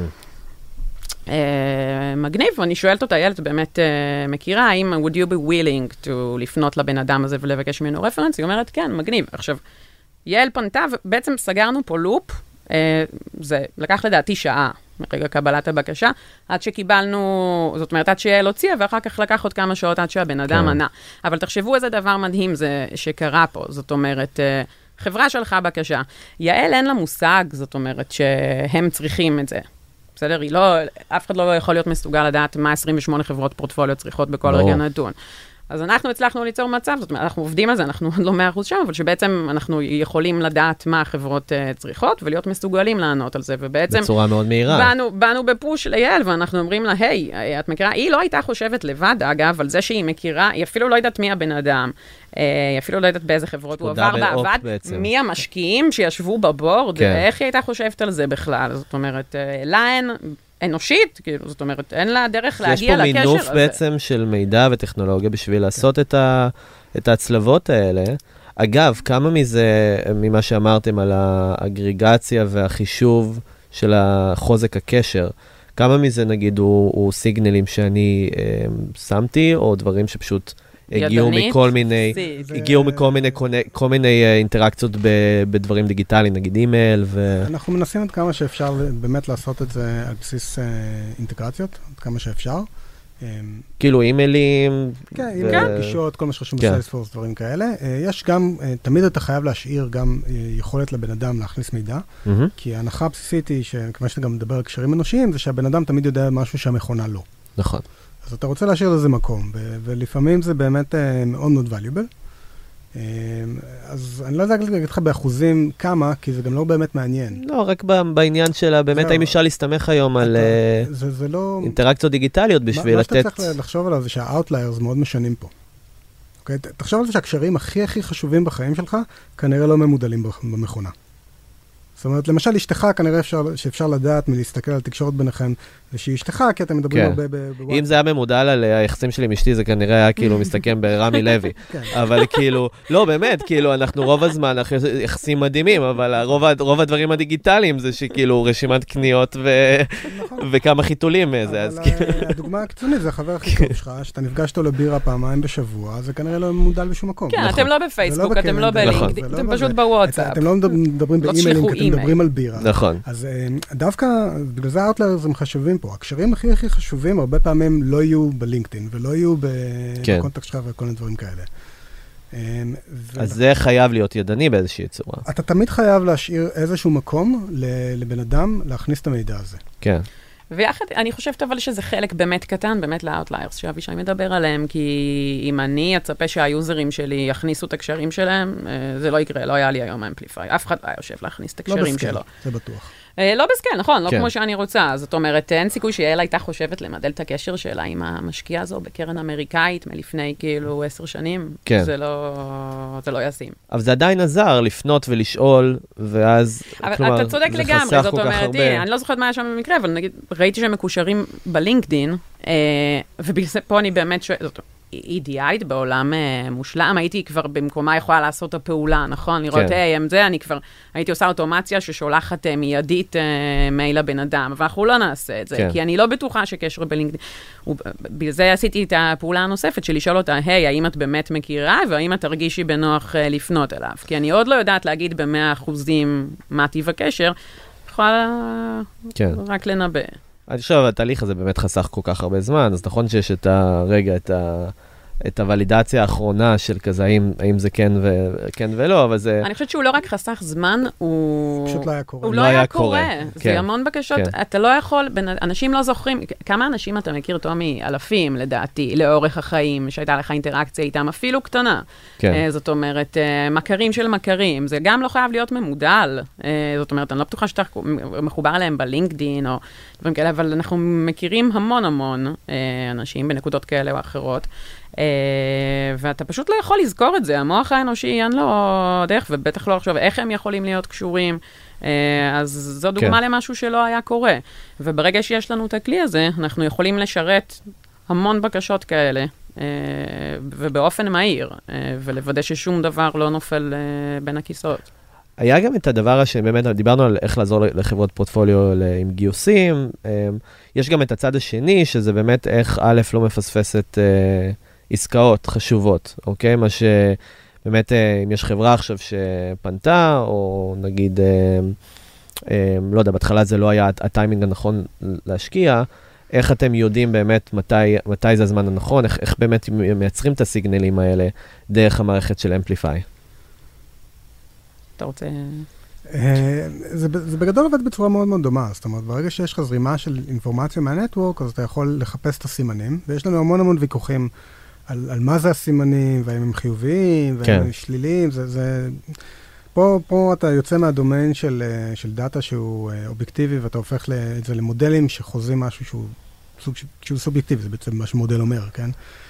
מגניב, ואני שואלת אותה, ילד באמת מכירה, האם would you be willing to לפנות לבן אדם הזה ולבקש ממנו רפרנס? היא אומרת, כן, מגניב. עכשיו, יעל פנתה, ובעצם סגרנו פה לופ, זה לקח לדעתי שעה, מרגע קבלת הבקשה, עד שקיבלנו, זאת אומרת, עד שיעל הוציאה, ואחר כך לקח עוד כמה שעות עד שהבן אדם ענה. אבל תחשבו איזה דבר מדהים זה שקרה פה, זאת אומרת, חברה שלחה בקשה. יעל אין לה מושג, זאת אומרת, שהם צריכים את זה. בסדר? אף אחד לא יכול להיות מסוגל לדעת מה 28 חברות פורטפוליו צריכות בכל רגע נתון. אז אנחנו הצלחנו ליצור מצב, זאת אומרת, אנחנו עובדים על זה, אנחנו לא 100% שם, אבל שבעצם אנחנו יכולים לדעת מה החברות צריכות, ולהיות מסוגלים לענות על זה, ובעצם בצורה מאוד מהירה. באנו בפוש ליעל, ואנחנו אומרים לה, היי, את מכירה, היא לא הייתה חושבת לבד, אגב, על זה שהיא מכירה, היא אפילו לא יודעת מי הבן אדם, היא אפילו לא יודעת באיזה חברות הוא עבר בעבד, מי המשקיעים שישבו בבורד, איך היא הייתה חושבת על זה בכלל, זאת אומרת, להן אנושית, כאילו, זאת אומרת, אין לה דרך להגיע לקשר הזה. יש פה מינוף בעצם של מידע וטכנולוגיה בשביל לעשות את ההצלבות האלה. אגב, כמה מזה, ממה שאמרתם על האגריגציה והחישוב של החוזק הקשר, כמה מזה, נגיד, הוא סיגנלים שאני שמתי, או דברים שפשוט הגיעו מכל מיני אינטראקציות בדברים דיגיטליים, נגיד אימייל אנחנו מנסים עד כמה שאפשר באמת לעשות את זה על בסיס אינטגרציות, עד כמה שאפשר. כאילו אימיילים. כן, פגישות, כל מה שחשוב בסיילספורס, דברים כאלה. יש גם, תמיד אתה חייב להשאיר גם יכולת לבן אדם להכניס מידע, כי ההנחה הבסיסית היא, כמו שאתה גם מדבר על קשרים אנושיים, זה שהבן אדם תמיד יודע משהו שהמכונה לא. נכון. אז אתה רוצה להשאיר לזה מקום, ולפעמים זה באמת מאוד מאוד valuable. אז אני לא יודע להגיד לך באחוזים כמה, כי זה גם לא באמת מעניין. לא, רק בעניין שלה, באמת האם אפשר להסתמך היום על אינטראקציות דיגיטליות בשביל לתת... מה שאתה צריך לחשוב עליו זה שהאוטליירס מאוד משנים פה. תחשוב על זה שהקשרים הכי הכי חשובים בחיים שלך, כנראה לא ממודלים במכונה. זאת אומרת, למשל, אשתך כנראה שאפשר לדעת מלהסתכל על תקשורת ביניכם, ושהיא אשתך, כי אתם מדברים הרבה בוואטסאפ. אם זה היה ממודע על היחסים שלי עם אשתי, זה כנראה היה כאילו מסתכם ברמי לוי. אבל כאילו, לא, באמת, כאילו, אנחנו רוב הזמן, יחסים מדהימים, אבל רוב הדברים הדיגיטליים זה שכאילו רשימת קניות וכמה חיתולים מאיזה, אז כאילו. הדוגמה הקיצונית זה החבר הכי טוב שלך, שאתה נפגש אותו לבירה פעמיים בשבוע, זה כנראה לא מודע בשום מקום. כן, אתם לא בפייסבוק, אתם לא בלינקדאין, אתם פשוט בוואטסאפ. אתם לא מדברים באימיילים, אתם מדברים על בירה. נכון. אז דווקא, בגלל זה האוטלייר הם חשובים פה. הקשרים הכי חשובים, הרבה פעמים לא יהיו בלינקדאין, ולא יהיו בקונטקסט שלך וכל מיני דברים כאלה. אז זה חייב להיות ידני באיזושהי צורה. אתה תמיד חייב להשאיר איזשהו מקום לבן אדם להכניס את המידע הזה. כן. ויחד, אני חושבת אבל שזה חלק באמת קטן, באמת לאוטליירס, שאבישי מדבר עליהם, כי אם אני אצפה שהיוזרים שלי יכניסו את הקשרים שלהם, זה לא יקרה, לא היה לי היום אמפליפיי. אף אחד לא יושב להכניס את הקשרים שלו. לא בסקל, זה בטוח. לא בסקל, נכון, לא כמו שאני רוצה. זאת אומרת, אין סיכוי שיעל הייתה חושבת למדל את הקשר שלה עם המשקיעה הזו בקרן אמריקאית מלפני כאילו 10 שנים. כן. זה לא ישים. אבל זה עדיין עזר לפנות ולשאול, ואז, כלומר, אתה צודק לגמרי, זאת אומרת, אני לא זוכרת מה היה שם במקרה, אבל נגיד, ראיתי שהם מקושרים בלינקדין, ובגלל זה פה אני באמת שואלת, אידיאלית בעולם מושלם, הייתי כבר במקומה יכולה לעשות את הפעולה, נכון? לראות, אני כבר הייתי עושה אוטומציה ששולחת מיידית מייל לבן אדם, אבל אנחנו לא נעשה את זה, כי אני לא בטוחה שקשר בלינקדין. בגלל זה עשיתי את הפעולה הנוספת של לשאול אותה, האם את באמת מכירה, והאם את תרגישי בנוח לפנות אליו? כי אני עוד לא יודעת להגיד ב100% מה טיב הקשר, יכולה רק לנבא. אני חושב, התהליך הזה באמת חסך כל כך הרבה זמן, אז נכון שיש את הרגע, את הוולידציה האחרונה של כזה, האם זה כן ולא, אבל זה... אני חושבת שהוא לא רק חסך זמן, הוא... פשוט לא היה קורה. הוא לא היה קורה. זה המון בקשות. אתה לא יכול, אנשים לא זוכרים, כמה אנשים אתה מכיר, תומי? אלפים, לדעתי, לאורך החיים, שהייתה לך אינטראקציה איתם, אפילו קטנה. זאת אומרת, מכרים של מכרים. זה גם לא חייב להיות ממודל. זאת אומרת, אני לא בטוחה שאתה מחובר עליהם בלינקדין, או דברים כאלה, אבל אנחנו מכירים המון אנשים בנקודות כאלה או אחרות. ואתה פשוט לא יכול לזכור את זה, המוח האנושי אין לו דרך, ובטח לא עכשיו איך הם יכולים להיות קשורים, אז זו דוגמה למשהו שלא היה קורה. וברגע שיש לנו את הכלי הזה, אנחנו יכולים לשרת המון בקשות כאלה, ובאופן מהיר, ולוודא ששום דבר לא נופל בין הכיסאות. היה גם את הדבר שבאמת דיברנו על איך לעזור לחברות פורטפוליו עם גיוסים, יש גם את הצד השני, שזה באמת איך א' לא מפספסת עסקאות חשובות, אוקיי? מה שבאמת, אם יש חברה עכשיו שפנתה, או נגיד, לא יודע, בהתחלה זה לא היה הטיימינג הנכון להשקיע, איך אתם יודעים באמת מתי זה הזמן הנכון, איך באמת מייצרים את הסיגנלים האלה דרך המערכת של אמפליפיי? אתה רוצה... זה בגדול עובד בצורה מאוד מאוד דומה, זאת אומרת, ברגע שיש לך זרימה של אינפורמציה מהנטוורק, אז אתה יכול לחפש את הסימנים, ויש לנו המון ויכוחים על מה זה הסימנים, והאם הם חיוביים, והאם הם שליליים, פה אתה יוצא מהדומיין של דאטה שהוא אובייקטיבי, ואתה הופך את זה למודלים שחוזים משהו שהוא סובייקטיבי, זה בעצם מה שמודל אומר, כן?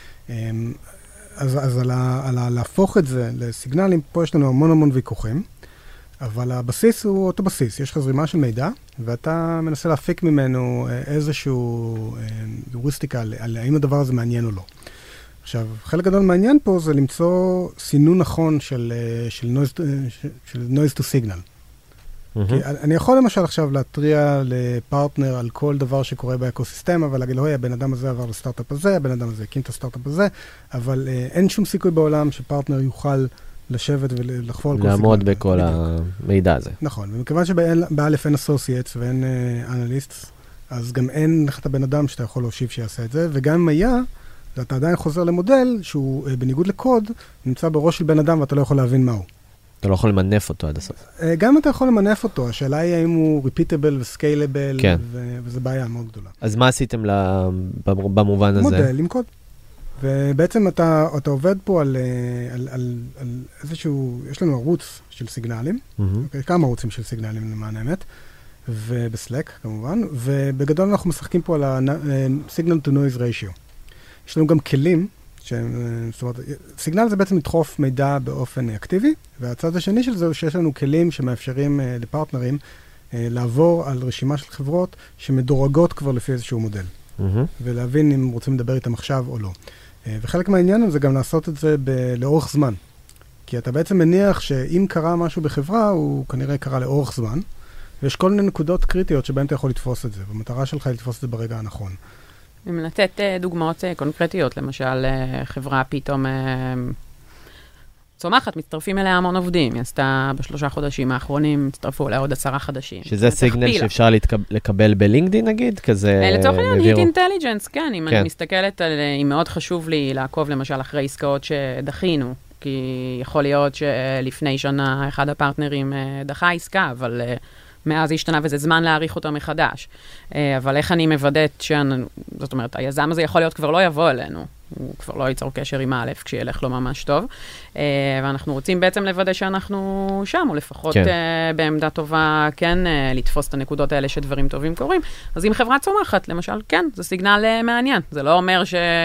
אז על להפוך את זה לסיגנלים, פה יש לנו המון ויכוחים, אבל הבסיס הוא אותו בסיס, יש לך זרימה של מידע, ואתה מנסה להפיק ממנו איזשהו יוריסטיקה על האם הדבר הזה מעניין או לא. עכשיו, חלק גדול מעניין פה זה למצוא סינון נכון של noise to signal. אני יכול למשל עכשיו להטריע לפרטנר על כל דבר שקורה באקוסיסטם, אבל להגיד לו, הבן אדם הזה עבר לסטארט-אפ הזה, הבן אדם הזה הקים את הסטארט-אפ הזה, אבל אין שום סיכוי בעולם שפרטנר יוכל לשבת ולחפור על כל סיגנל. לעמוד בכל המידע הזה. נכון, ומכיוון שבאלף אין אסוסייטס ואין אנליסטס, אז גם אין לך את הבן אדם שאתה יכול להושיב שיעשה את זה, וגם אם היה, אתה עדיין חוזר למודל שהוא בניגוד לקוד, נמצא בראש של בן אדם ואתה לא יכול להבין מהו. אתה לא יכול למנף אותו עד הסוף. גם אתה יכול למנף אותו, השאלה היא האם הוא repeatable וסקיילבל, כן. וזו בעיה מאוד גדולה. אז מה עשיתם במובן הזה? מודל עם קוד. ובעצם אתה עובד פה על איזשהו, יש לנו ערוץ של סיגנלים, כמה ערוצים של סיגנלים למען האמת, ובסלק כמובן, ובגדול אנחנו משחקים פה על ה-signal to noise ratio. יש לנו גם כלים זאת אומרת, סיגנל זה בעצם לדחוף מידע באופן אקטיבי, והצד השני של זה הוא שיש לנו כלים שמאפשרים לפרטנרים לעבור על רשימה של חברות שמדורגות כבר לפי איזשהו מודל, ולהבין אם רוצים לדבר איתם עכשיו או לא. וחלק מהעניין זה גם לעשות את זה לאורך זמן. כי אתה בעצם מניח שאם קרה משהו בחברה, הוא כנראה קרה לאורך זמן, ויש כל מיני נקודות קריטיות שבהן אתה יכול לתפוס את זה, והמטרה שלך היא לתפוס את זה ברגע הנכון. אם לתת דוגמאות קונקרטיות, למשל חברה פתאום צומחת, מצטרפים אליה המון עובדים, היא עשתה ב3 חודשים האחרונים, הצטרפו אליה עוד 10 חודשים. שזה סיגנל שאפשר לקבל בלינקדין נגיד? כזה לצורך העניין, היט אינטליג'נס, כן, אם אני מסתכלת על, אם מאוד חשוב לי לעקוב למשל אחרי עסקאות שדחינו, כי יכול להיות שלפני שנה אחד הפרטנרים דחה עסקה, אבל מאז השתנה וזה זמן להאריך אותה מחדש. אבל איך אני מוודאת זאת אומרת, היזם הזה יכול להיות כבר לא יבוא אלינו, הוא כבר לא ייצור קשר עם א' כשילך לו ממש טוב, ואנחנו רוצים בעצם לוודא שאנחנו שם, או לפחות בעמדה טובה, כן, לתפוס את הנקודות האלה שדברים טובים קורים. אז אם חברה צומחת, למשל, כן, זה סיגנל מעניין. זה לא אומר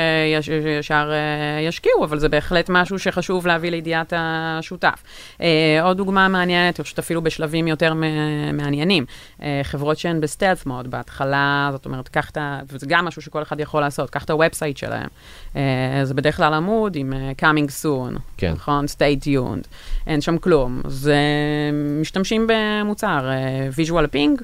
שישר ישקיעו, אבל זה בהחלט משהו שחשוב להביא לידיעת השותף. עוד דוגמה מעניינת, אני חושבת אפילו בשלבים יותר מעניינים. חברות שהן בסטלף מוד בהתחלה, זאת אומרת, וזה גם משהו שכל אחד יכול לעשות, קח את הוובסייט שלהם. זה בדרך כלל עמוד עם coming soon, נכון? stay tuned, אין שם כלום. אז משתמשים במוצר visual ping,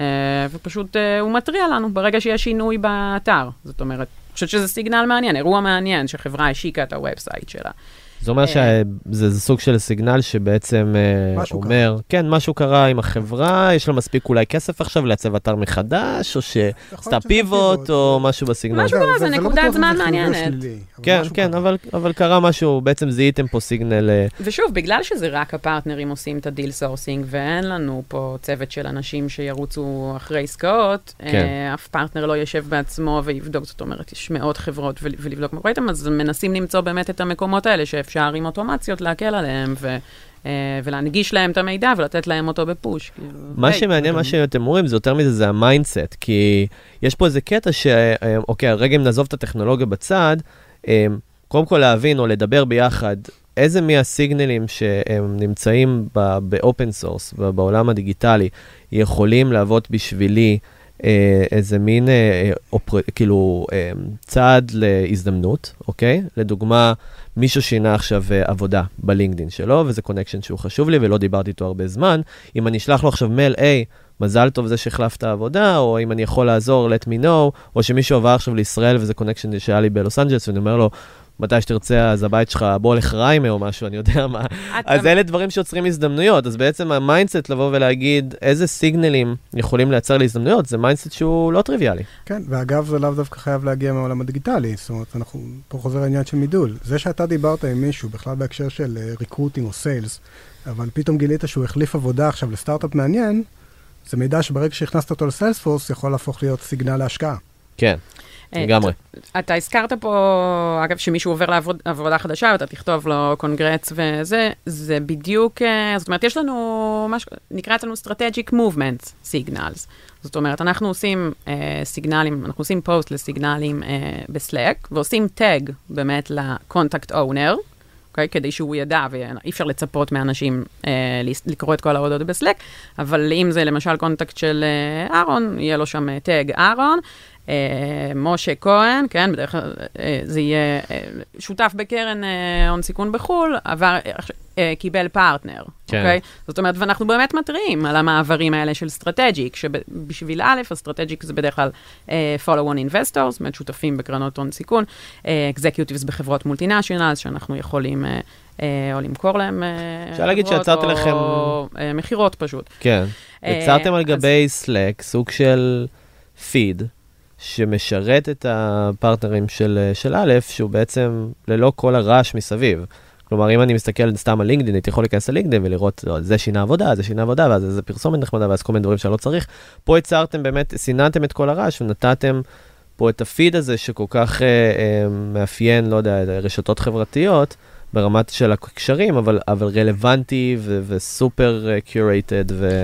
ופשוט הוא מטריע לנו ברגע שיש שינוי באתר. זאת אומרת, אני חושבת שזה סיגנל מעניין, אירוע מעניין שחברה השיקה את הוובסייט שלה. זה אומר שזה סוג של סיגנל שבעצם אומר, כן, משהו קרה עם החברה, יש לה מספיק אולי כסף עכשיו לעצב אתר מחדש, או שעשתה פיבוט, או משהו בסגנל. משהו קרה, זה נקודת זמן מעניינת. כן, כן, אבל קרה משהו, בעצם זיהיתם פה סיגנל. ושוב, בגלל שזה רק הפרטנרים עושים את הדיל סורסינג, ואין לנו פה צוות של אנשים שירוצו אחרי עסקאות, אף פרטנר לא יושב בעצמו ויבדוק, זאת אומרת, יש מאות חברות ולבדוק מה קורה איתם, אז מנסים למצוא באמת את המקומות האלה שאפשר עם אוטומציות להקל עליהם ולהנגיש להם את המידע ולתת להם אותו בפוש. מה שמעניין, מה שאתם אומרים, זה יותר מזה, זה המיינדסט, כי יש פה איזה קטע אוקיי, הרגע אם נעזוב את הטכנולוגיה בצד, קודם כל להבין או לדבר ביחד, איזה מהסיגנלים שהם נמצאים באופן סורס, בעולם הדיגיטלי, יכולים לעבוד בשבילי איזה מין, כאילו, צעד להזדמנות, אוקיי? לדוגמה, מישהו שינה עכשיו עבודה בלינקדין שלו, וזה קונקשן שהוא חשוב לי, ולא דיברתי איתו הרבה זמן. אם אני אשלח לו עכשיו מייל, מזל טוב זה שהחלפת עבודה, או אם אני יכול לעזור, let me know, או שמישהו עבר עכשיו לישראל, וזה קונקשן שהיה לי בלוס אנג'לס, ואני אומר לו, מתי שתרצה, אז הבית שלך, בוא לחריימה או משהו, אני יודע מה. אז אלה דברים שיוצרים הזדמנויות. אז בעצם המיינדסט לבוא ולהגיד איזה סיגנלים יכולים לייצר להזדמנויות, זה מיינדסט שהוא לא טריוויאלי. כן, ואגב, זה לאו דווקא חייב להגיע מהעולם הדיגיטלי. זאת אומרת, אנחנו פה חוזר העניין של מידול. זה שאתה דיברת עם מישהו, בכלל בהקשר של ריקרוטינג או סיילס, אבל פתאום גילית שהוא החליף עבודה עכשיו לסטארט-אפ מעניין, זה מידע שברגע שהכנסת אותו לסיילספורס, יכול להפוך להיות סיגנל להשקעה. כן. לגמרי. אתה הזכרת פה, אגב, שמישהו עובר לעבודה חדשה, ואתה תכתוב לו קונגרץ וזה, זה בדיוק, זאת אומרת, יש לנו, נקרא אצלנו strategic movement signals. זאת אומרת, אנחנו עושים סיגנלים, אנחנו עושים פוסט לסיגנלים בסלק, ועושים טג באמת לקונטקט אונר, כדי שהוא ידע, ואי אפשר לצפות מאנשים לקרוא את כל ההודעות בסלק, אבל אם זה למשל קונטקט של אהרון, יהיה לו שם טג אהרון, משה כהן, כן, בדרך כלל זה יהיה שותף בקרן הון סיכון בחול, קיבל פרטנר, אוקיי? זאת אומרת, ואנחנו באמת מטריעים על המעברים האלה של סטרטג'יק, שבשביל א', הסטרטג'יק זה בדרך כלל follow-on investors, זאת אומרת, שותפים בקרנות הון סיכון, executives בחברות מולטינשיונלס, שאנחנו יכולים או למכור להם אפשר להגיד שיצרתם לכם או מחירות פשוט. כן, יצרתם על גבי סלק, סוג של פיד, שמשרת את הפרטנרים של א', שהוא בעצם ללא כל הרעש מסביב. כלומר, אם אני מסתכל סתם על לינקדין, הייתי יכול להיכנס ללינקדין ולראות, זה שינה עבודה, ואז זה פרסומת נחמדה, ואז כל מיני דברים שלא צריך. פה יצרתם באמת, סיננתם את כל הרעש, ונתתם פה את הפיד הזה שכל כך מאפיין, לא יודע, רשתות חברתיות, ברמת של הקשרים, אבל רלוונטי וסופר קיורייטד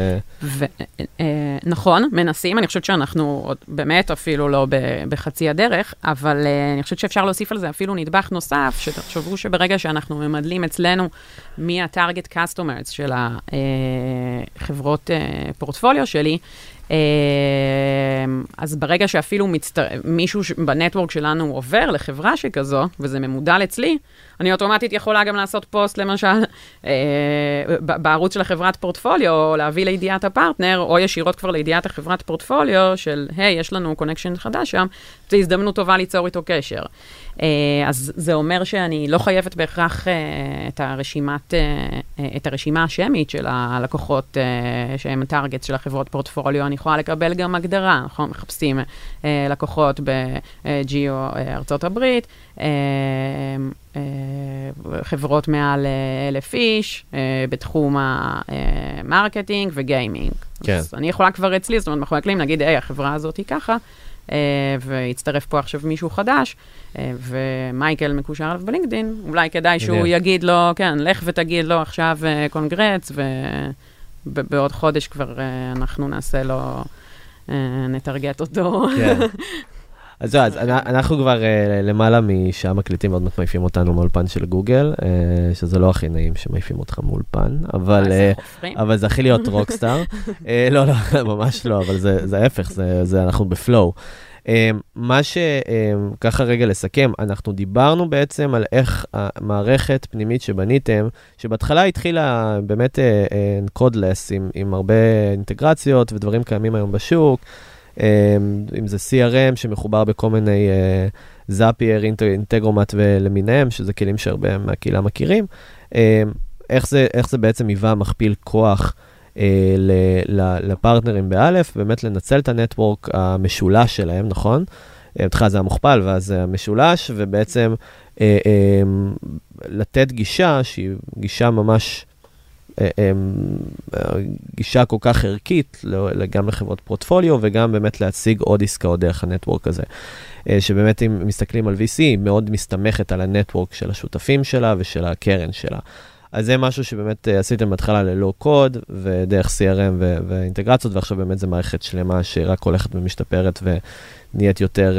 נכון, מנסים, אני חושבת שאנחנו עוד באמת אפילו לא בחצי הדרך, אבל אני חושבת שאפשר להוסיף על זה אפילו נדבך נוסף, שתחשבו שברגע שאנחנו ממדלים אצלנו מי הטארגט קסטומרס של החברות פורטפוליו שלי, אז ברגע שאפילו מישהו בנטוורק שלנו עובר לחברה שכזו, וזה ממודל אצלי, אני אוטומטית יכולה גם לעשות פוסט, למשל, בערוץ של החברת פורטפוליו, או להביא לידיעת הפרטנר, או ישירות כבר לידיעת החברת פורטפוליו, של, היי, יש לנו קונקשן חדש שם, זו הזדמנות טובה ליצור איתו קשר. אז זה אומר שאני לא חייבת בהכרח את הרשימה השמית של הלקוחות שהם הטארגט של החברות פורטפוליו, אני יכולה לקבל גם הגדרה, אנחנו מחפשים לקוחות בג'יו ארצות הברית, חברות מעל 1,000 איש, בתחום המרקטינג וגיימינג. כן. אז אני יכולה כבר אצלי, זאת אומרת, אנחנו יכולים להגיד, היי, החברה הזאת היא ככה, והצטרף פה עכשיו מישהו חדש, ומייקל מקושר עליו בלינקדין, אולי כדאי שהוא יגיד לו, כן, לך ותגיד לו עכשיו קונגרץ, ובעוד חודש כבר אנחנו נעשה לו, נטרגט אותו. כן. אז אנחנו כבר למעלה משעה מקליטים, עוד מעט מעיפים אותנו מאולפן של גוגל, שזה לא הכי נעים שמעיפים אותך מאולפן, אבל זה הכי להיות רוקסטאר. לא, ממש לא, אבל זה ההפך, אנחנו בפלואו. מה שככה רגע לסכם, אנחנו דיברנו בעצם על איך המערכת פנימית שבניתם, שבהתחלה התחילה באמת קודלס עם הרבה אינטגרציות ודברים קיימים היום בשוק, אם זה CRM שמחובר בכל מיני זאפייר, אינטגרומט ולמיניהם, שזה כלים שהרבה מהקהילה מכירים, איך זה בעצם היווה מכפיל כוח לפרטנרים באלף, באמת לנצל את הנטוורק המשולש שלהם, נכון? בתחילה זה המוכפל ואז זה המשולש, ובעצם לתת גישה שהיא גישה ממש, גישה כל כך ערכית, גם לחברות פורטפוליו, וגם באמת להציג עוד עסקאות דרך הנטוורק הזה. שבאמת אם מסתכלים על VC, מאוד מסתמכת על הנטוורק של השותפים שלה ושל הקרן שלה. אז זה משהו שבאמת עשיתם בהתחלה ללא קוד, ודרך CRM ואינטגרציות, ועכשיו באמת זה מערכת שלמה שרק הולכת ומשתפרת ונהיית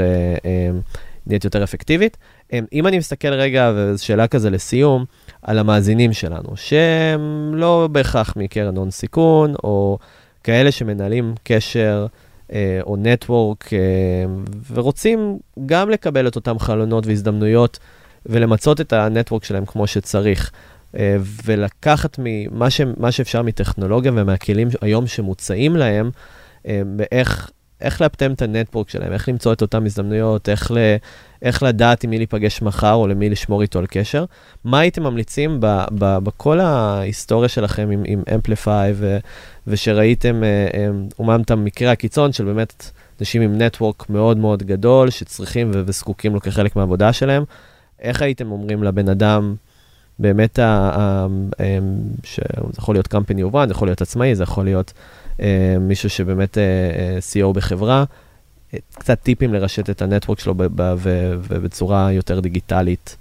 יותר אפקטיבית. אם אני מסתכל רגע, וזו שאלה כזה לסיום, על המאזינים שלנו, שהם לא בהכרח מקרן הון סיכון, או כאלה שמנהלים קשר או נטוורק, ורוצים גם לקבל את אותם חלונות והזדמנויות, ולמצות את הנטוורק שלהם כמו שצריך. ולקחת מה שאפשר מטכנולוגיה ומהכלים היום שמוצאים להם, איך לאפטם את הנטוורק שלהם, איך למצוא את אותם הזדמנויות, איך לדעת עם מי להיפגש מחר או למי לשמור איתו על קשר. מה הייתם ממליצים בכל ההיסטוריה שלכם עם אמפליפיי, ושראיתם, אומנתם מקרה הקיצון של באמת אנשים עם נטוורק מאוד מאוד גדול, שצריכים וזקוקים לו כחלק מהעבודה שלהם, איך הייתם אומרים לבן אדם, באמת, זה יכול להיות company of one, זה יכול להיות עצמאי, זה יכול להיות מישהו שבאמת CEO בחברה, קצת טיפים לרשת את הנטוורק שלו ובצורה יותר דיגיטלית.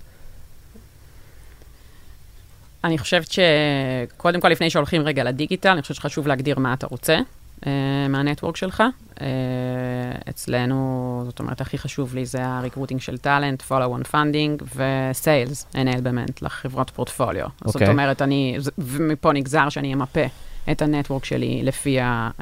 אני חושבת שקודם כל, לפני שהולכים רגע לדיגיטל, אני חושבת שחשוב להגדיר מה אתה רוצה מהנטוורק שלך. אצלנו, זאת אומרת, הכי חשוב לי זה הריקרוטינג של טלנט, follow-on funding וסיילס, enablement לחברות פורטפוליו. זאת אומרת, ומפה נגזר שאני אמפה את הנטוורק שלי לפי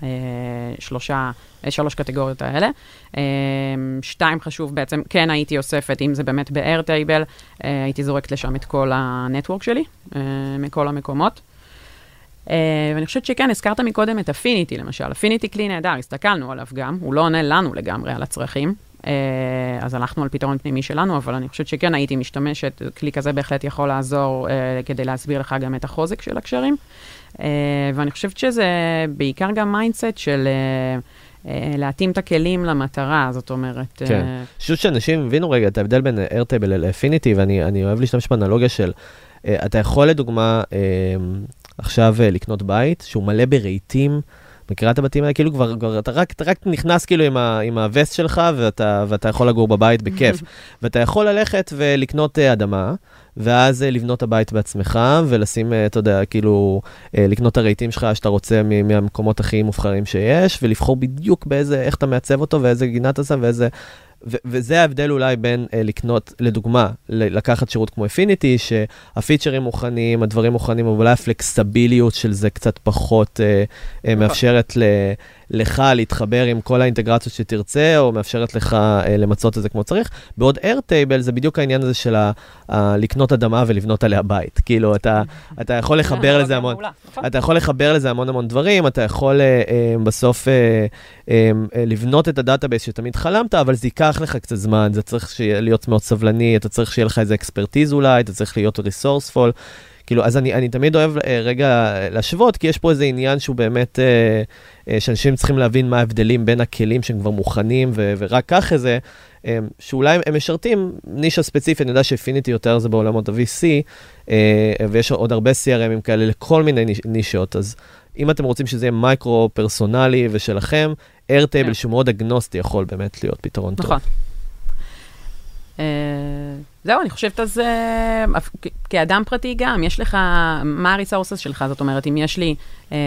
שלוש קטגוריות האלה. 2 חשוב בעצם, כן הייתי אוספת, אם זה באמת ב-Airtable, הייתי זורקת לשם את כל הנטוורק שלי, מכל המקומות. ואני חושבת שכן, הזכרת מקודם את אפיניטי, למשל. אפיניטי כלי נהדר, הסתכלנו עליו גם, הוא לא עונה לנו לגמרי על הצרכים, אז הלכנו על פתרון פנימי שלנו, אבל אני חושבת שכן הייתי משתמשת, כלי כזה בהחלט יכול לעזור כדי להסביר לך גם את החוזק של הקשרים, ואני חושבת שזה בעיקר גם מיינדסט של להתאים את הכלים למטרה, זאת אומרת. כן, אני חושבת שאנשים הבינו רגע את ההבדל בין Airtable לאפיניטי, ואני אוהב להשתמש באנלוגיה של, אתה יכול לדוגמה, עכשיו לקנות בית, שהוא מלא ברהיטים, מכירה את הבתים האלה? כאילו כבר אתה רק נכנס כאילו עם הווסט שלך, ואתה יכול לגור בבית בכיף. ואתה יכול ללכת ולקנות אדמה, ואז לבנות הבית בעצמך, ולשים, אתה יודע, כאילו, לקנות את הרהיטים שלך שאתה רוצה מהמקומות הכי מובחרים שיש, ולבחור בדיוק איך אתה מעצב אותו, ואיזה גינה אתה שם, וזה ההבדל אולי בין לקנות, לדוגמה, לקחת שירות כמו Affinity, שהפיצ'רים מוכנים, הדברים מוכנים, אבל אולי הפלקסביליות של זה קצת פחות מאפשרת לך להתחבר עם כל האינטגרציות שתרצה, או מאפשרת לך למצות את זה כמו צריך. בעוד Airtable זה בדיוק העניין הזה של לקנות אדמה ולבנות עליה בית. כאילו, אתה יכול לחבר לזה המון, אתה יכול לחבר לזה המון דברים, אתה יכול בסוף לבנות את הדאטאבייס שתמיד חלמת, אבל זה ייקח לך קצת זמן, זה צריך להיות מאוד סבלני, אתה צריך שיהיה לך איזה אקספרטיז אולי, אתה צריך להיות resourceful. כאילו, אז אני תמיד אוהב רגע להשוות, כי יש פה איזה עניין שהוא באמת, שאנשים צריכים להבין מה ההבדלים בין הכלים שהם כבר מוכנים, ורק כך איזה, שאולי הם משרתים נישה ספציפית, אני יודע שאפינity יותר זה בעולמות ה-VC, ויש עוד הרבה CRMים כאלה לכל מיני נישות, אז אם אתם רוצים שזה יהיה מייקרו-פרסונלי ושלכם, Airtable שהוא מאוד אגנוסטי יכול באמת להיות פתרון טוב. נכון. זהו, אני חושבת אז, כאדם פרטי גם, יש לך, מה הריסורסס שלך? זאת אומרת, אם יש לי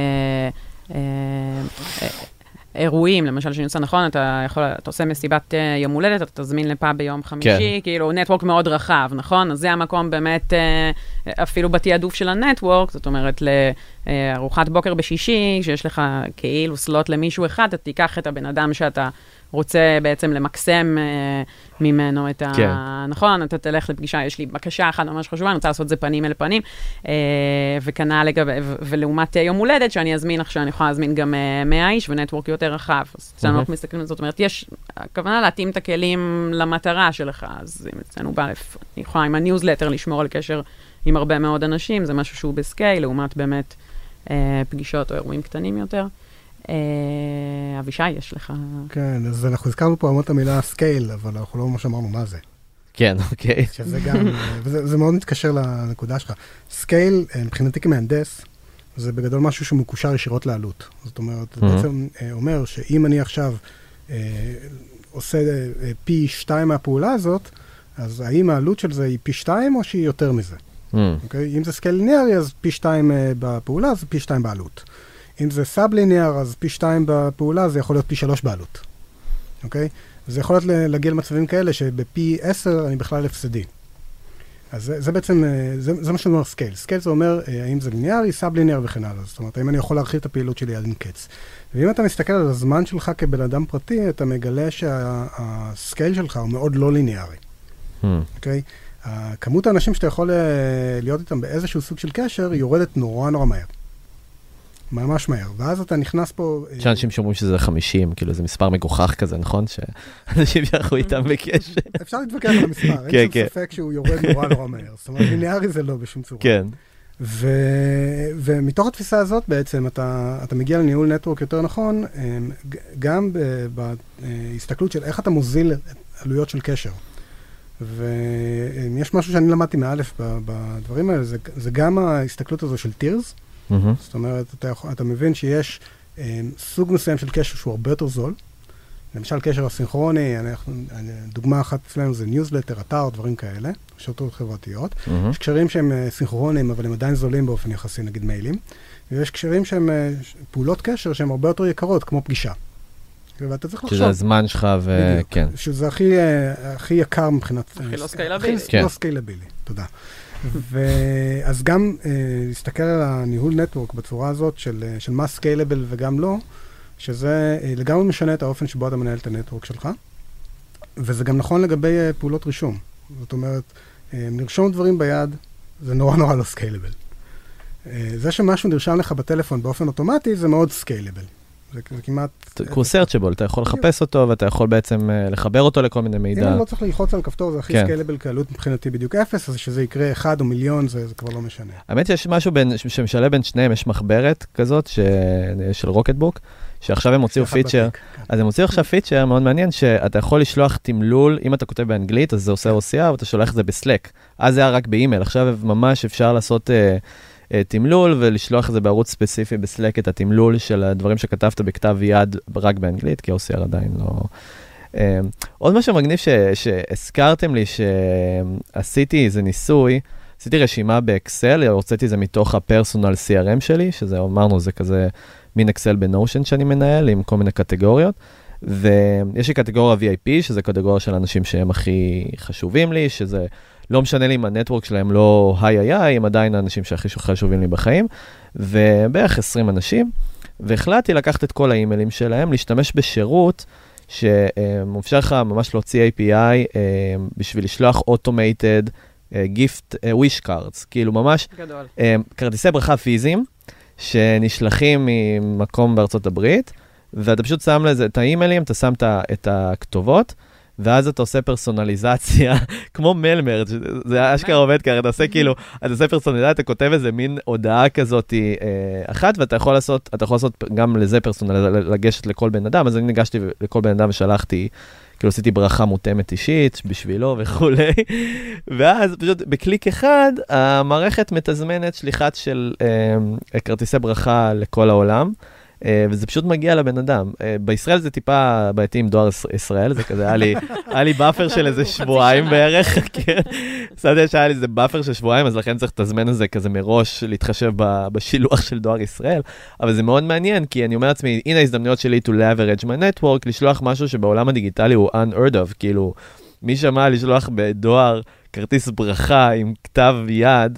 אירועים, למשל שאני עושה נכון, אתה עושה מסיבת יום הולדת, אתה תזמין לפאב ביום חמישי, כאילו נטוורק מאוד רחב, נכון? אז זה המקום באמת, אפילו בתיעדוף של הנטוורק, זאת אומרת, לארוחת בוקר בשישי, שיש לך כאילו סלוט למישהו אחד, אתה תיקח את הבן אדם שאתה רוצה בעצם למקסם ממנו את נכון, אתה תלך לפגישה, יש לי בקשה אחת ממש חשובה, אני רוצה לעשות את זה פנים אל פנים, וכנ"ל ולעומת יום הולדת, שאני אזמין לך, שאני יכולה להזמין גם 100 איש, ונטוורק יותר רחב. אז אצלנו אנחנו מסתכלים על זאת, זאת אומרת, יש הכוונה להתאים את הכלים למטרה שלך, אז אם אצלנו בא, אני יכולה עם הניוזלטר לשמור על קשר עם הרבה מאוד אנשים, זה משהו שהוא בסקייל, לעומת באמת פגישות או אירועים קטנים יותר. אבישי, יש לך... כן, אז אנחנו הזכרנו פה המון את המילה סקייל, אבל אנחנו לא ממש אמרנו מה זה. כן, אוקיי. שזה גם, וזה מאוד מתקשר לנקודה שלך. סקייל, מבחינתי כמהנדס, זה בגדול משהו שמקושר ישירות לעלות. זאת אומרת, זה בעצם אומר שאם אני עכשיו עושה פי 2 מהפעולה הזאת, אז האם העלות של זה היא פי 2 או שהיא יותר מזה? אוקיי? אם זה סקייל ליניארי, אז פי 2 בפעולה, אז פי 2 בעלות. אם זה סאב-ליניאר, אז פי 2 בפעולה, זה יכול להיות פי 3 בעלות. אוקיי? זה יכול להיות להגיע למצבים כאלה שבפי 10 אני בכלל הפסדי. אז זה בעצם, זה מה שאומר סקייל. סקייל זה אומר, האם זה ליניארי, סאב-ליניאר וכן הלאה. זאת אומרת, האם אני יכול להרחיב את הפעילות שלי עד אין קץ. ואם אתה מסתכל על הזמן שלך כבן אדם פרטי, אתה מגלה שהסקייל שלך הוא מאוד לא ליניארי. אוקיי? כמות האנשים שאתה יכול להיות איתם באיזשהו סוג של קשר, יורדת נורא מהר. ממש מהר, ואז אתה נכנס פה... שאנשים שאומרים שזה 50, כאילו זה מספר מגוחך כזה, נכון? שאנשים יחו איתם בקשר. אפשר להתווכח על המספר, אין שום ספק שהוא יורד נורא מהר. זאת אומרת, ליניארי זה לא בשום צורה. כן. ומתוך התפיסה הזאת בעצם אתה מגיע לניהול נטוורק יותר נכון, גם בהסתכלות של איך אתה מוזיל עלויות של קשר. ויש משהו שאני למדתי מאלף בדברים האלה, זה גם ההסתכלות הזו של טירס, זאת אומרת, אתה מבין שיש סוג מסוים של קשר שהוא הרבה יותר זול. למשל, קשר הסינכרוני, דוגמה אחת אצלנו זה ניוזלטר, אתר, דברים כאלה, שרתות חברתיות. יש קשרים שהם סינכרוניים, אבל הם עדיין זולים באופן יחסי, נגיד מיילים. ויש קשרים שהם פעולות קשר שהן הרבה יותר יקרות, כמו פגישה. ואתה צריך לחשוב. שזה הזמן שלך וכן. שזה הכי יקר מבחינת... הכי לא סקיילבילי. הכי לא סקיילבילי, תודה. ואז גם להסתכל על הניהול נטוורק בצורה הזאת של מה סקיילבל וגם לא, שזה לגמרי משנה את האופן שבו אתה מנהל את הנטוורק שלך, וזה גם נכון לגבי פעולות רישום. זאת אומרת, לרשום דברים ביד, זה נורא לא סקיילבל. זה שמשהו נרשם לך בטלפון באופן אוטומטי, זה מאוד סקיילבל. זה כמעט... כמו סרצ'בול, אתה יכול לחפש אותו, ואתה יכול בעצם לחבר אותו לכל מיני מידע. אם אני לא צריך ללחוץ על כפתור, זה הכי סקיילבל כעלות מבחינתי בדיוק 0, אז שזה יקרה 1 או מיליון, זה כבר לא משנה. האמת שיש משהו שמשלב בין שניהם, יש מחברת כזאת של רוקטבוק, שעכשיו הם הוציאו פיצ'ר, אז הם הוציאו עכשיו פיצ'ר מאוד מעניין, שאתה יכול לשלוח תמלול, אם אתה כותב באנגלית, אז זה עושה OCR, ואתה שולח את זה בסלק. אז זה היה רק באימייל, עכשיו ממש אפשר לעשות תמלול, ולשלוח את זה בערוץ ספציפי בסלק את התמלול של הדברים שכתבת בכתב יד רק באנגלית, כי OCR עדיין לא... עוד משהו מגניב שהזכרתם לי שעשיתי איזה ניסוי, עשיתי רשימה באקסל, הוצאתי זה מתוך הפרסונל CRM שלי, שזה אמרנו, זה כזה מין אקסל בנושן שאני מנהל, עם כל מיני קטגוריות, ויש לי קטגוריה VIP, שזה קטגוריה של אנשים שהם הכי חשובים לי, שזה לא משנה לי אם הנטוורק שלהם לא היי, הם עדיין האנשים שהכי חשובים לי בחיים, ובערך 20 אנשים, והחלטתי לקחת את כל האימיילים שלהם, להשתמש בשירות, שמאפשר לך ממש להוציא API בשביל לשלוח automated gift wish cards, כאילו ממש כרטיסי ברכה פיזיים, שנשלחים ממקום בארצות הברית, ואתה פשוט שם לזה את האימיילים, אתה שם את הכתובות, ואז אתה עושה פרסונליזציה, כמו מלמרד, זה אשכרה עובד ככה, אתה עושה כאילו, אתה עושה פרסונליזציה, אתה כותב איזה מין הודעה כזאת אחת, ואתה יכול לעשות גם לזה פרסונליזציה, לגשת לכל בן אדם, אז אני ניגשתי לכל בן אדם ושלחתי, כאילו עשיתי ברכה מותאמת אישית בשבילו וכולי, ואז פשוט בקליק אחד, המערכת מתזמנת שליחת של כרטיסי ברכה לכל העולם, וזה פשוט מגיע לבן אדם. בישראל זה טיפה בעייתי עם דואר ישראל, זה כזה, היה לי באפר של איזה שבועיים בערך, שמתי שהיה לי איזה באפר של שבועיים, אז לכן צריך לתזמן את זה כזה מראש, להתחשב בשילוח של דואר ישראל, אבל זה מאוד מעניין, כי אני אומר לעצמי, הנה ההזדמנויות שלי to leverage my network, לשלוח משהו שבעולם הדיגיטלי הוא unheard of, כאילו, מי שמע לשלוח בדואר כרטיס ברכה עם כתב יד,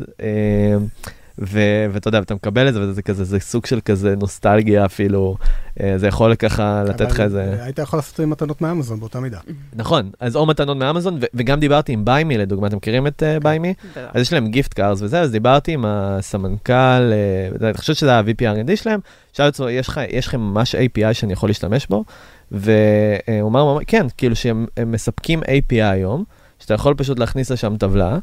ואתה יודע, ואתה מקבל את זה, וזה כזה, זה סוג של כזה נוסטלגיה אפילו, זה יכול ככה לתת לך איזה... היית יכול לעשות עם מתנות מאמזון באותה מידה. נכון, אז או מתנות מאמזון, וגם דיברתי עם ביימי, לדוגמה, אתם מכירים את ביימי? אז יש להם גיפט קארס וזה, אז דיברתי עם הסמנכ"ל, אני חושב שזה ה-VP R&D שלהם, שאל אותו, יש לכם ממש API שאני יכול להשתמש בו? והוא אמר, כן, כאילו שהם מספקים API היום, שאתה יכול פשוט להכניס לשם טבלה,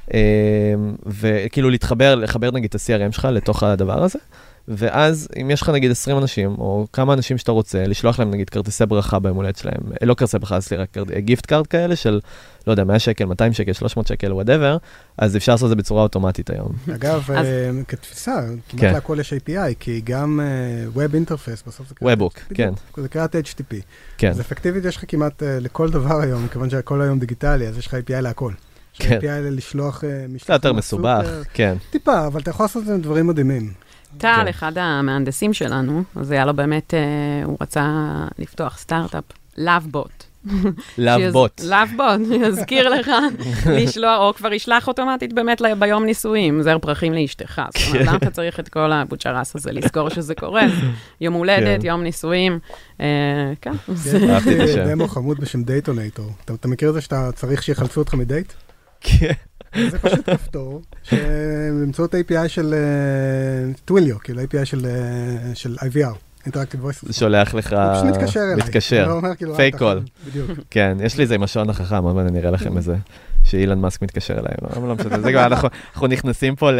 וכאילו לחבר נגיד את ה-CRM שלך לתוך הדבר הזה, ואז אם יש לך נגיד 20 אנשים, או כמה אנשים שאתה רוצה, לשלוח להם נגיד כרטיסי ברכה ביום הולדת שלהם, לא כרטיסי ברכה, סליחה, גיפט קארד כאלה של, לא יודע, 100 שקל, 200 שקל, 300 שקל, whatever, אז אפשר לעשות את זה בצורה אוטומטית היום. אגב, כתפיסה, כמעט להכל יש API, כי גם Web Interface, בסוף זה קראת Webhook, כן. זה קראת HTTP. כן. אז אפקטיבית יש לך כמעט לכל דבר היום, כיוון שהכל היום דיגיטלי, אז יש לך API להכל. כן. API לשלוח משלוח יותר מסובך, כן. טיפה, אבל אתה יכול לעשות את זה דברים מדהימים. טל, אחד המהנדסים שלנו, אז היה לו באמת, הוא רצה לפתוח סטארט-אפ, LoveBot. LoveBot. LoveBot, יזכיר לך לשלוח, או כבר ישלח אוטומטית באמת ביום נישואים, זר פרחים לאשתך. זאת אומרת, למה אתה צריך את כל הבוצ'רס הזה, לזכור שזה קורה? יום הולדת, יום נישואים, כן. יש דמו חמוד בשם דייטונטור. אתה מכיר את זה שאתה צריך שיחלצו אותך מדייט? כן. זה פשוט כפתור, שבאמצעות API של טוויליו, כאילו API של IVR, Interactive Voice. שולח לך, הוא פשוט מתקשר אליי. מתקשר, פייק קול. בדיוק. כן, יש לי איזה עם השעון החכם, עוד מעט אני אראה לכם איזה, שאילן מאסק מתקשר אליי, לא משנה, זה כבר אנחנו נכנסים פה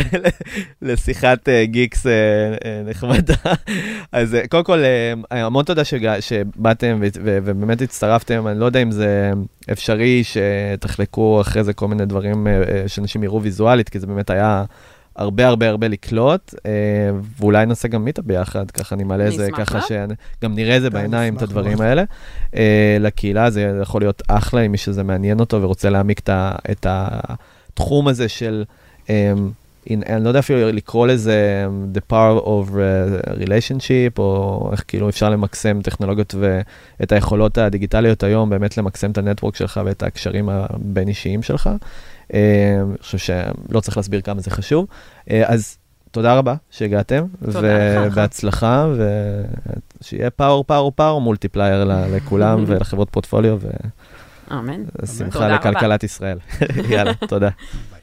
לשיחת גיקס נחמדה. אז קודם כל, המון תודה שבאתם ובאמת הצטרפתם, אני לא יודע אם זה אפשרי שתחלקו אחרי זה כל מיני דברים שאנשים יראו ויזואלית, כי זה באמת היה הרבה הרבה הרבה לקלוט, ואולי נעשה גם מיטה ביחד, ככה אני מעלה זה, ככה שגם נראה זה בעיניים, את הדברים האלה. לקהילה זה יכול להיות אחלה, אם מי שזה מעניין אותו ורוצה להעמיק את התחום הזה של, אני לא יודע אפילו לקרוא לזה the power of relationship, או איך כאילו אפשר למקסם טכנולוגיות ואת היכולות הדיגיטליות היום, באמת למקסם את הנטוורק שלך ואת הקשרים הבין אישיים שלך. אני חושב שלא צריך להסביר כמה זה חשוב. אז תודה רבה שהגעתם, ובהצלחה, ושיהיה פאור מולטיפלייר לכולם ולחברות פורטפוליו, אמן. ושמחה לכלכלת ישראל. יאללה, תודה.